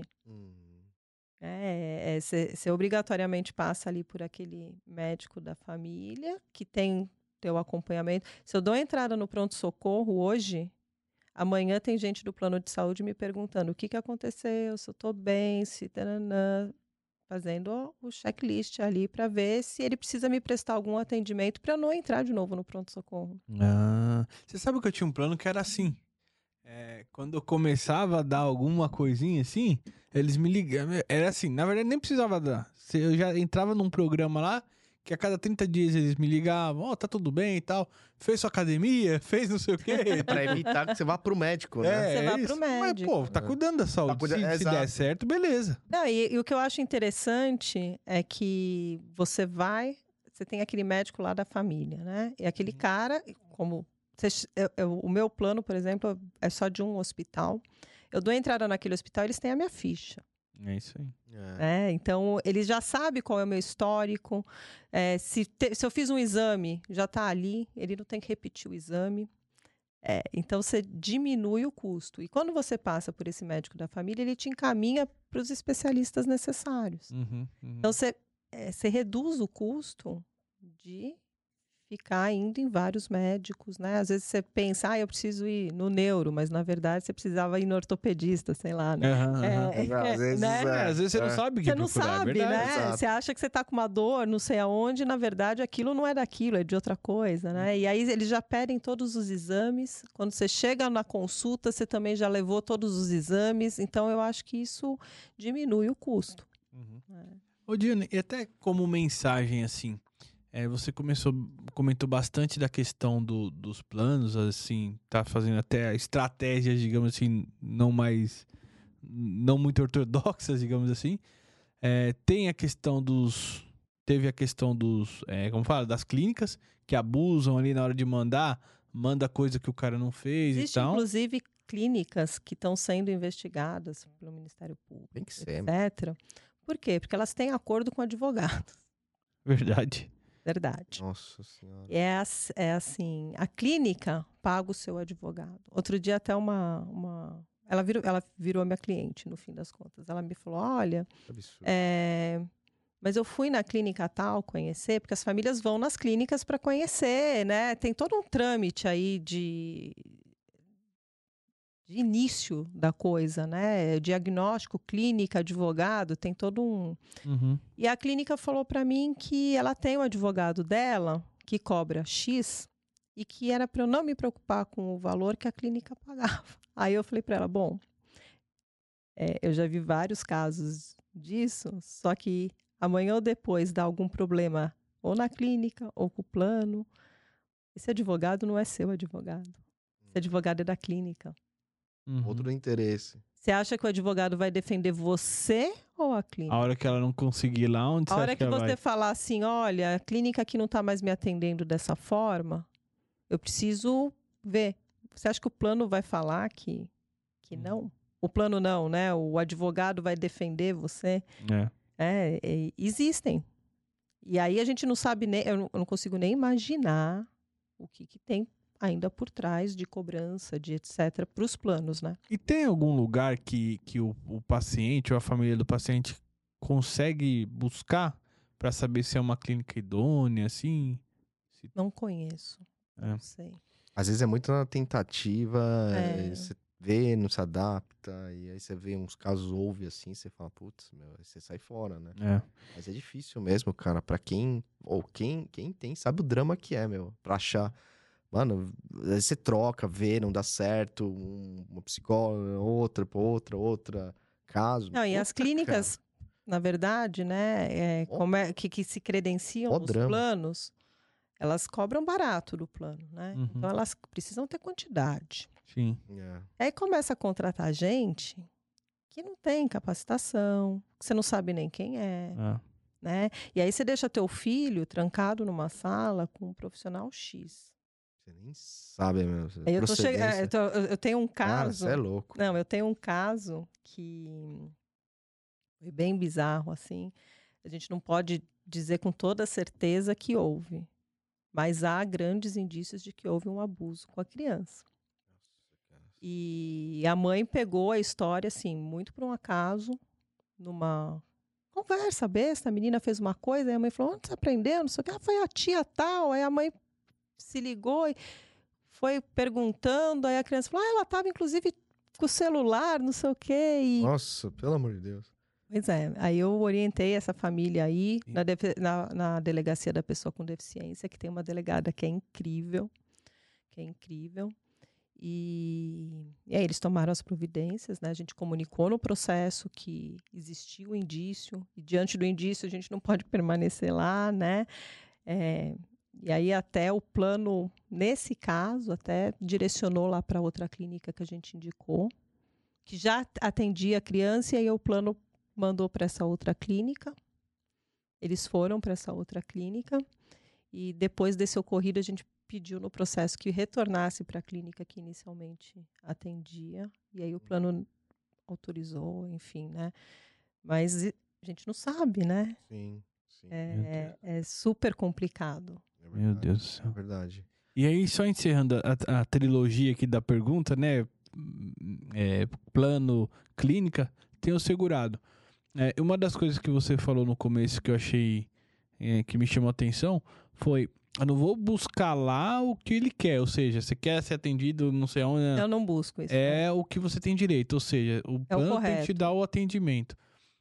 Você obrigatoriamente passa ali por aquele médico da família que tem teu acompanhamento. Se eu dou entrada no pronto-socorro hoje, amanhã tem gente do plano de saúde me perguntando o que aconteceu, se eu estou bem, se taranã, fazendo o checklist ali para ver se ele precisa me prestar algum atendimento para eu não entrar de novo no pronto-socorro. Você sabe que eu tinha um plano que era assim. Quando eu começava a dar alguma coisinha assim, eles me ligavam. Era assim, na verdade nem precisava dar. Eu já entrava num programa lá, que a cada 30 dias eles me ligavam, tá tudo bem e tal. Fez sua academia, fez não sei o quê. Pra evitar que você vá pro médico, né? Você vá isso. pro médico. Mas, pô, tá cuidando da saúde. Se der Exato. certo, beleza. Não, e o que eu acho interessante é que você tem aquele médico lá da família, né? E aquele cara, como... o meu plano, por exemplo, é só de um hospital. Eu dou entrada naquele hospital, eles têm a minha ficha. É isso aí. Então, eles já sabem qual é o meu histórico. Se eu fiz um exame, já está ali. Ele não tem que repetir o exame. Então, você diminui o custo. E quando você passa por esse médico da família, ele te encaminha para os especialistas necessários. Então, você reduz o custo de ficar indo em vários médicos, né? Às vezes você pensa, eu preciso ir no neuro, mas na verdade você precisava ir no ortopedista, sei lá, né? Às vezes, às vezes você não sabe o que Você não procurar, sabe, é né? Exato. Você acha que você tá com uma dor, não sei aonde, na verdade aquilo não é daquilo, é de outra coisa, né? E aí eles já pedem todos os exames. Quando você chega na consulta, você também já levou todos os exames. Então eu acho que isso diminui o custo. Ô, Diane, e até como mensagem, assim, você comentou bastante da questão dos planos, assim, tá fazendo até estratégias, digamos assim, não muito ortodoxas, digamos assim. Teve a questão como fala, das clínicas, que abusam ali na hora de manda coisa que o cara não fez Existe, e tal. inclusive, clínicas que estão sendo investigadas pelo Ministério Público, Tem que ser. etc. Por quê? Porque elas têm acordo com advogados. Verdade. Verdade. Nossa senhora. É assim, a clínica paga o seu advogado. Outro dia até ela virou minha cliente, no fim das contas. Ela me falou, olha, Que absurdo. mas eu fui na clínica tal conhecer, porque as famílias vão nas clínicas para conhecer, né? Tem todo um trâmite aí de início da coisa, né? Diagnóstico, clínica, advogado, tem todo um... Uhum. E a clínica falou para mim que ela tem o advogado dela, que cobra X, e que era para eu não me preocupar com o valor que a clínica pagava. Aí eu falei para ela, bom, eu já vi vários casos disso, só que amanhã ou depois dá algum problema ou na clínica ou com o plano, esse advogado não é seu advogado. Esse advogado é da clínica. Uhum. Outro interesse. Você acha que o advogado vai defender você ou a A clínica? hora que ela não conseguir lá, onde A você hora acha que ela você vai? falar assim, olha, a clínica aqui não está mais me atendendo dessa forma, eu preciso ver. Você acha que o plano vai falar que não? O plano não, né? O advogado vai defender você? Existem. E aí a gente não sabe nem, eu não consigo nem imaginar o que tem ainda por trás de cobrança, de etc, para os planos, né? E tem algum lugar que o paciente ou a família do paciente consegue buscar pra saber se é uma clínica idônea, assim? Não conheço, não sei. Às vezes é muito na tentativa, É. você vê, não se adapta, e aí você vê uns casos, ouve assim, você fala, putz, meu, aí você sai fora, né? É. Mas é difícil mesmo, cara, pra quem tem, sabe o drama que é, meu, pra achar. Mano, aí você troca, vê, não dá certo, uma psicóloga, outra, caso. Não, e as Puta, clínicas, na verdade, né, Ó. que se credenciam Ó nos drama. planos, elas cobram barato do plano, né? Uhum. Então elas precisam ter quantidade. Sim. É. Aí começa a contratar gente que não tem capacitação, que você não sabe nem quem é, né? E aí você deixa teu filho trancado numa sala com um profissional X. Você nem sabe, meu. Aí Procedência. eu tenho um Cara, caso. você é louco. Não, eu tenho um caso que foi bem bizarro, assim. A gente não pode dizer com toda certeza que houve, mas há grandes indícios de que houve um abuso com a criança. E a mãe pegou a história, assim, muito por um acaso, numa conversa besta, a menina fez uma coisa, aí a mãe falou, onde você aprendeu? Não sei o que, foi a tia tal. Aí a mãe se ligou e foi perguntando, aí a criança falou, ela estava inclusive com o celular, não sei o quê. E... Nossa, pelo amor de Deus. Pois é, aí eu orientei essa família aí na delegacia da pessoa com deficiência, que tem uma delegada que é incrível, e aí eles tomaram as providências, né? A gente comunicou no processo que existiu o indício, e diante do indício a gente não pode permanecer lá, né? E aí até o plano, nesse caso, até direcionou lá para outra clínica que a gente indicou, que já atendia a criança, e aí o plano mandou para essa outra clínica. Eles foram para essa outra clínica, e depois desse ocorrido a gente pediu no processo que retornasse para a clínica que inicialmente atendia, e aí o plano autorizou, enfim, né? Mas a gente não sabe, né? Sim. É super complicado. Meu Deus do céu. É verdade. E aí, só encerrando a trilogia aqui da pergunta, né? Plano, clínica, tem o segurado. Uma das coisas que você falou no começo que eu achei que me chamou a atenção foi: eu não vou buscar lá o que ele quer, ou seja, você quer ser atendido não sei onde. Eu não busco isso. É o que você tem direito, ou seja, o plano tem que te dar o atendimento.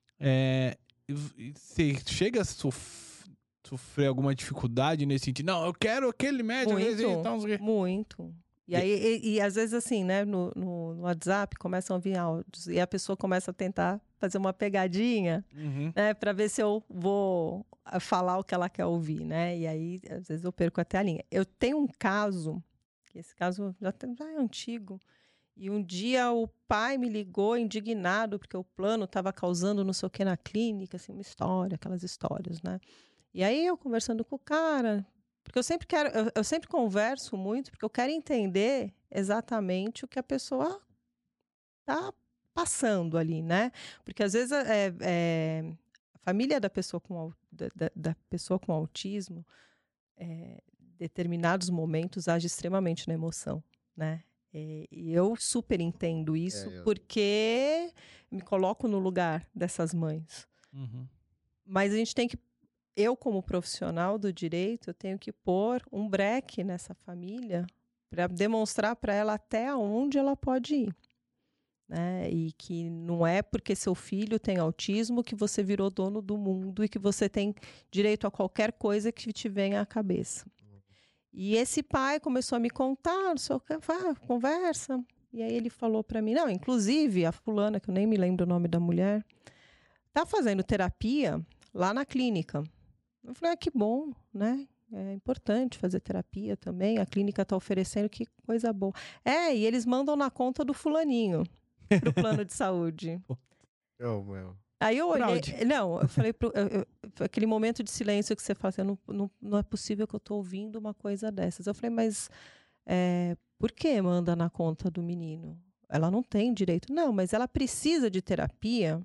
Você chega a sofrer alguma dificuldade nesse sentido? Não, eu quero aquele médico. Muito. E aí, e às vezes assim, né, no WhatsApp começam a vir áudios e a pessoa começa a tentar fazer uma pegadinha, né, para ver se eu vou falar o que ela quer ouvir, né? E aí, às vezes eu perco até a linha. Eu tenho um caso, que esse caso já é antigo, e um dia o pai me ligou indignado porque o plano estava causando não sei o que na clínica, assim, uma história, aquelas histórias, né? E aí eu conversando com o cara, porque eu sempre converso muito, porque eu quero entender exatamente o que a pessoa está passando ali, né? Porque às vezes a família da pessoa com autismo determinados momentos age extremamente na emoção, né? E eu super entendo isso, porque me coloco no lugar dessas mães. Uhum. Mas a gente tem que, eu como profissional do direito, eu tenho que pôr um breque nessa família para demonstrar para ela até onde ela pode ir. Né? E que não é porque seu filho tem autismo que você virou dono do mundo e que você tem direito a qualquer coisa que te venha à cabeça. E esse pai começou a me contar, não sei o que, conversa. E aí ele falou para mim, não, inclusive a fulana, que eu nem me lembro o nome da mulher, tá fazendo terapia lá na clínica. Eu falei, que bom, né? É importante fazer terapia também. A clínica está oferecendo, que coisa boa. E eles mandam na conta do fulaninho pro plano de saúde. Meu. Aí eu olhei, Fraude. não, eu falei, aquele momento de silêncio que você fala assim, não é possível que eu estou ouvindo uma coisa dessas. Eu falei, mas por que manda na conta do menino? Ela não tem direito. Não, mas ela precisa de terapia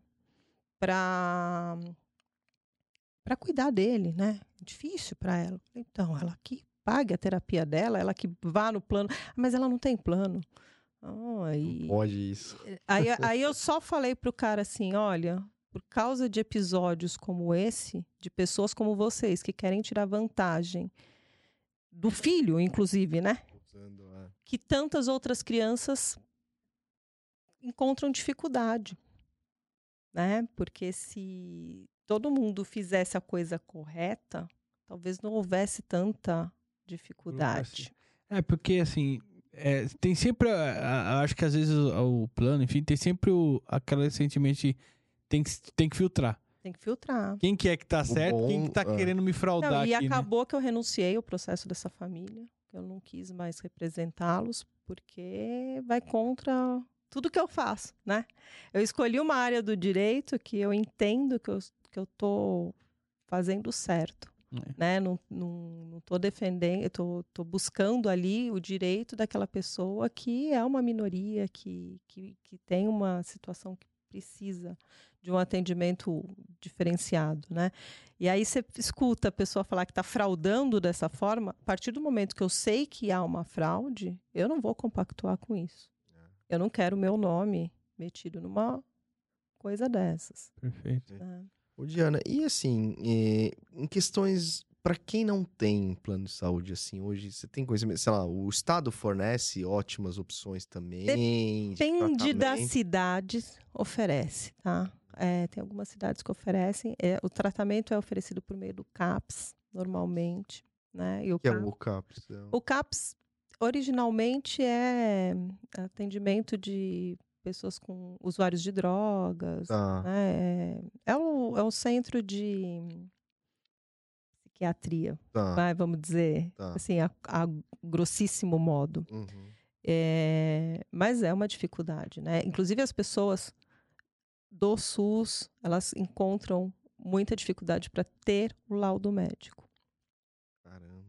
para cuidar dele, né? Difícil para ela. Então, ela que pague a terapia dela, ela que vá no plano. Mas ela não tem plano. Não pode isso. Aí eu só falei pro cara assim, olha, por causa de episódios como esse, de pessoas como vocês, que querem tirar vantagem do filho, inclusive, né? Que tantas outras crianças encontram dificuldade, né? Porque se todo mundo fizesse a coisa correta, talvez não houvesse tanta dificuldade. Porque assim, tem sempre, acho que às vezes o plano, enfim, tem sempre aquele sentimento de tem que filtrar. Tem que filtrar. Quem que é que tá certo, quem que tá querendo me fraudar não, e aqui, acabou que eu renunciei ao processo dessa família, que eu não quis mais representá-los, porque vai contra tudo que eu faço, né? Eu escolhi uma área do direito que eu entendo que eu tô fazendo certo, né? Não tô defendendo, eu tô buscando ali o direito daquela pessoa que é uma minoria, que tem uma situação que precisa de um atendimento diferenciado, né? E aí você escuta a pessoa falar que está fraudando dessa forma, a partir do momento que eu sei que há uma fraude, eu não vou compactuar com isso. Eu não quero o meu nome metido numa coisa dessas. Perfeito. Ô, Diana, e assim, em questões para quem não tem plano de saúde, assim, hoje você tem conhecimento, sei lá, o Estado fornece ótimas opções também. Depende das cidades, oferece, tá? Tem algumas cidades que oferecem. O tratamento é oferecido por meio do CAPS, normalmente, né? E o que é o CAPS? O CAPS, originalmente, é atendimento de pessoas com usuários de drogas, né? É o centro de psiquiatria, vamos dizer, assim, a grossíssimo modo. Uhum. Mas é uma dificuldade, né? Inclusive as pessoas do SUS, elas encontram muita dificuldade para ter o laudo médico. Caramba.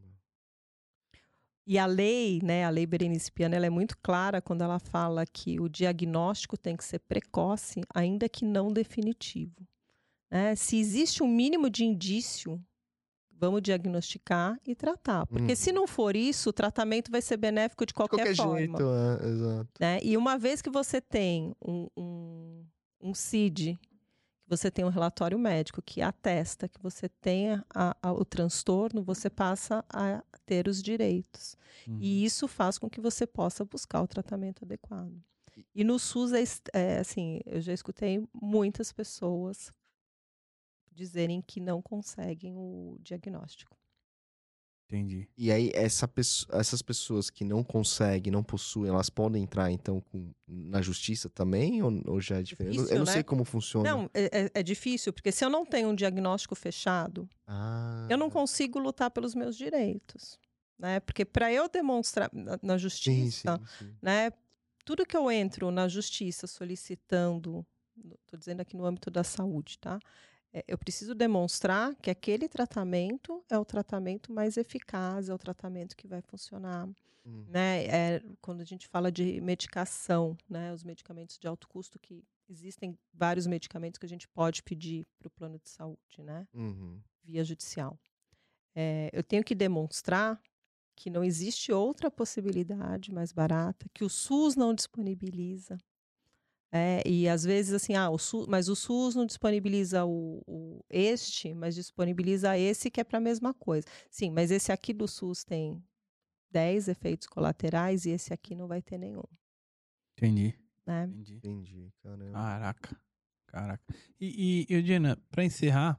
E a lei, né, a lei Berenice Piana, ela é muito clara quando ela fala que o diagnóstico tem que ser precoce, ainda que não definitivo. Né? Se existe um mínimo de indício, vamos diagnosticar e tratar. Porque se não for isso, o tratamento vai ser benéfico de qualquer forma. Jeito, exato. Né? E uma vez que você tem um CID, que você tem um relatório médico que atesta que você tenha o transtorno, você passa a ter os direitos. E isso faz com que você possa buscar o tratamento adequado. E no SUS, assim, eu já escutei muitas pessoas dizerem que não conseguem o diagnóstico. Entendi. E aí, essas pessoas que não conseguem, não possuem, elas podem entrar, então, na justiça também? Ou já é diferente? Difícil, eu não né? sei como funciona. Não, é difícil, porque se eu não tenho um diagnóstico fechado, eu não consigo lutar pelos meus direitos. Né? Porque para eu demonstrar na justiça, sim. Né, tudo que eu entro na justiça solicitando, estou dizendo aqui no âmbito da saúde, tá? Eu preciso demonstrar que aquele tratamento é o tratamento mais eficaz, é o tratamento que vai funcionar. Né? Quando a gente fala de medicação, né? Os medicamentos de alto custo, que existem vários medicamentos que a gente pode pedir para o plano de saúde, né? Via judicial. eu tenho que demonstrar que não existe outra possibilidade mais barata, que o SUS não disponibiliza. E às vezes assim, mas o SUS não disponibiliza mas disponibiliza esse que é para a mesma coisa. Sim, mas esse aqui do SUS tem 10 efeitos colaterais e esse aqui não vai ter nenhum. Entendi. Né? Entendi, caramba. Caraca. E Diana, para encerrar,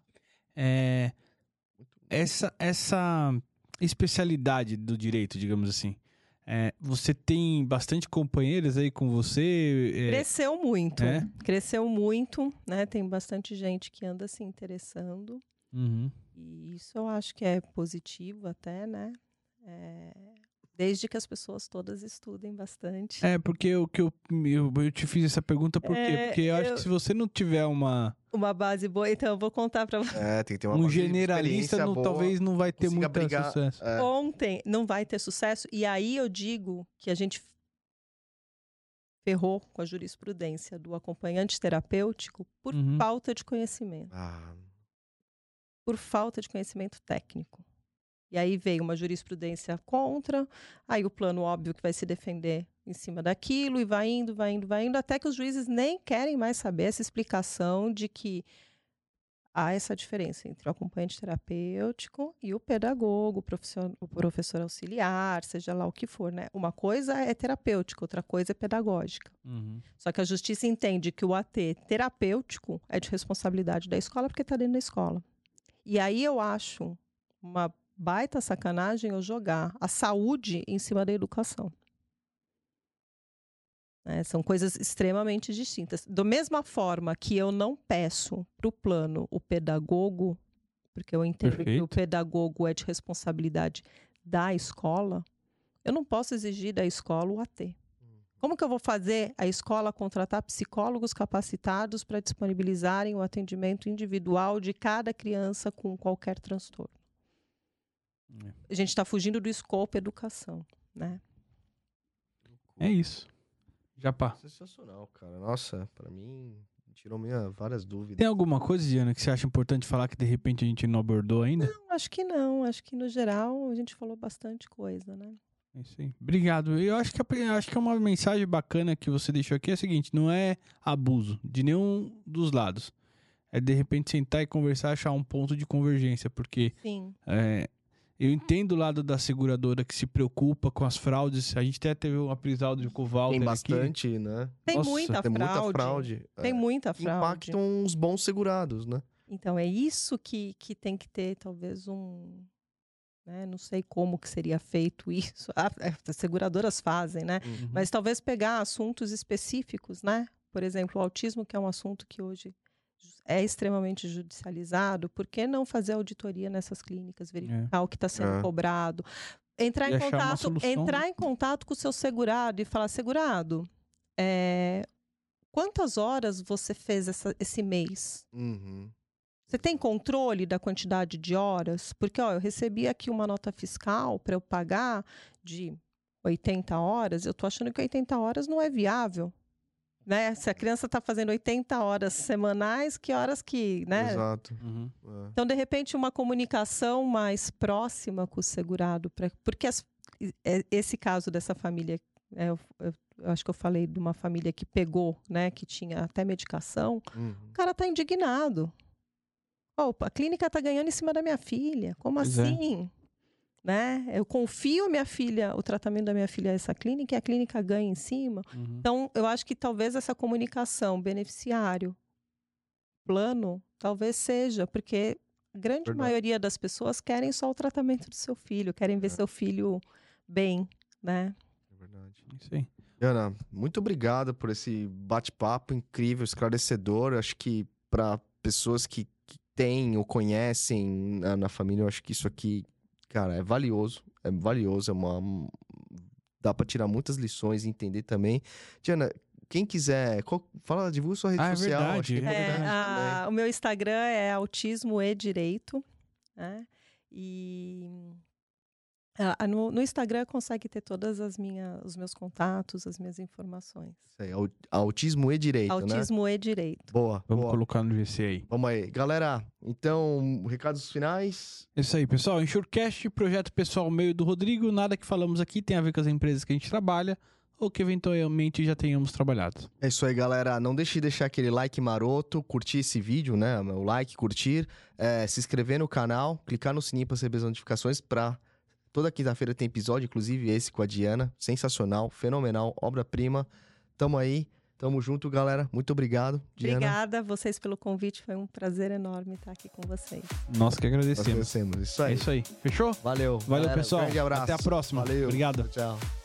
essa especialidade do direito, digamos assim, você tem bastante companheiras aí com você? Cresceu muito, né? Tem bastante gente que anda se interessando. Uhum. E isso eu acho que é positivo até, né? Desde que as pessoas todas estudem bastante. Porque eu te fiz essa pergunta por quê? Porque eu acho que se você não tiver uma base boa, então eu vou contar para você. Tem que ter uma um base de generalista, boa, talvez não vai ter muito brigar, sucesso. Ontem não vai ter sucesso. E aí eu digo que a gente ferrou com a jurisprudência do acompanhante terapêutico por falta de conhecimento. Por falta de conhecimento técnico. E aí veio uma jurisprudência contra, aí o plano óbvio que vai se defender em cima daquilo, e vai indo, até que os juízes nem querem mais saber essa explicação de que há essa diferença entre o acompanhante terapêutico e o pedagogo, o professor auxiliar, seja lá o que for, né? Uma coisa é terapêutica, outra coisa é pedagógica. Só que a justiça entende que o AT terapêutico é de responsabilidade da escola porque está dentro da escola. E aí eu acho uma baita sacanagem eu jogar a saúde em cima da educação. São coisas extremamente distintas. Da mesma forma que eu não peço para o plano o pedagogo, porque eu entendo que o pedagogo é de responsabilidade da escola, eu não posso exigir da escola o AT. Como que eu vou fazer a escola contratar psicólogos capacitados para disponibilizarem o atendimento individual de cada criança com qualquer transtorno? A gente está fugindo do escopo educação, né? É isso. Japá. Sensacional, cara. Nossa, pra mim, tirou várias dúvidas. Tem alguma coisa, Diana, que você acha importante falar que de repente a gente não abordou ainda? Não, acho que não. Acho que no geral a gente falou bastante coisa, né? É isso aí. Obrigado. Eu acho que é uma mensagem bacana que você deixou aqui. É o seguinte, não é abuso de nenhum dos lados. É de repente sentar e conversar, achar um ponto de convergência. Porque Sim. Eu entendo o lado da seguradora que se preocupa com as fraudes. A gente até teve um episódio com o Walter. Tem bastante, aqui. Né? Tem muita fraude. Tem muita fraude. Impactam os bons segurados, né? Então, é isso que tem que ter, talvez, né? Não sei como que seria feito isso. As seguradoras fazem, né? Mas talvez pegar assuntos específicos, né? Por exemplo, o autismo, que é um assunto que hoje é extremamente judicializado, por que não fazer auditoria nessas clínicas, verificar o que está sendo cobrado, entrar em contato com o seu segurado e falar, segurado, quantas horas você fez esse mês? Você tem controle da quantidade de horas? Porque eu recebi aqui uma nota fiscal para eu pagar de 80 horas, eu estou achando que 80 horas não é viável. Né? Se a criança está fazendo 80 horas semanais, que horas que, né? Exato. Então, de repente, uma comunicação mais próxima com o segurado, porque esse caso dessa família, eu acho que eu falei de uma família que pegou, né, que tinha até medicação, o cara está indignado. A clínica está ganhando em cima da minha filha, como assim? Né? Eu confio o tratamento da minha filha a essa clínica e a clínica ganha em cima. Então, eu acho que talvez essa comunicação beneficiário, plano, talvez seja, porque a grande maioria das pessoas querem só o tratamento do seu filho, querem ver seu filho bem, né? É verdade. Isso aí. Ana, muito obrigado por esse bate-papo incrível, esclarecedor. Acho que para pessoas que têm ou conhecem na família, eu acho que isso aqui, cara, é valioso, dá pra tirar muitas lições e entender também. Diana, quem quiser, divulga sua rede social. Verdade, acho que é importante o meu Instagram é autismo e direito, né? E No Instagram consegue ter todos os meus contatos, as minhas informações. Isso aí, autismo e direito, né? Autismo e direito. Boa, Vamos boa. colocar no GC aí. Vamos aí. Galera, então, recados finais. Isso aí, pessoal. Enxurcast, projeto pessoal meio do Rodrigo. Nada que falamos aqui tem a ver com as empresas que a gente trabalha ou que eventualmente já tenhamos trabalhado. É isso aí, galera. Não deixe de deixar aquele like maroto, curtir esse vídeo, né? O like, curtir, se inscrever no canal, clicar no sininho para receber as notificações. Toda quinta-feira tem episódio, inclusive esse com a Diana. Sensacional, fenomenal, obra-prima. Tamo aí, tamo junto, galera. Muito obrigado, Diana. Obrigada a vocês pelo convite. Foi um prazer enorme estar aqui com vocês. Nós que Nós agradecemos. agradecemos. Isso aí. É isso aí. Fechou? Valeu. Valeu, galera. pessoal. Grande abraço. Até a próxima. Valeu. Obrigado. Tchau.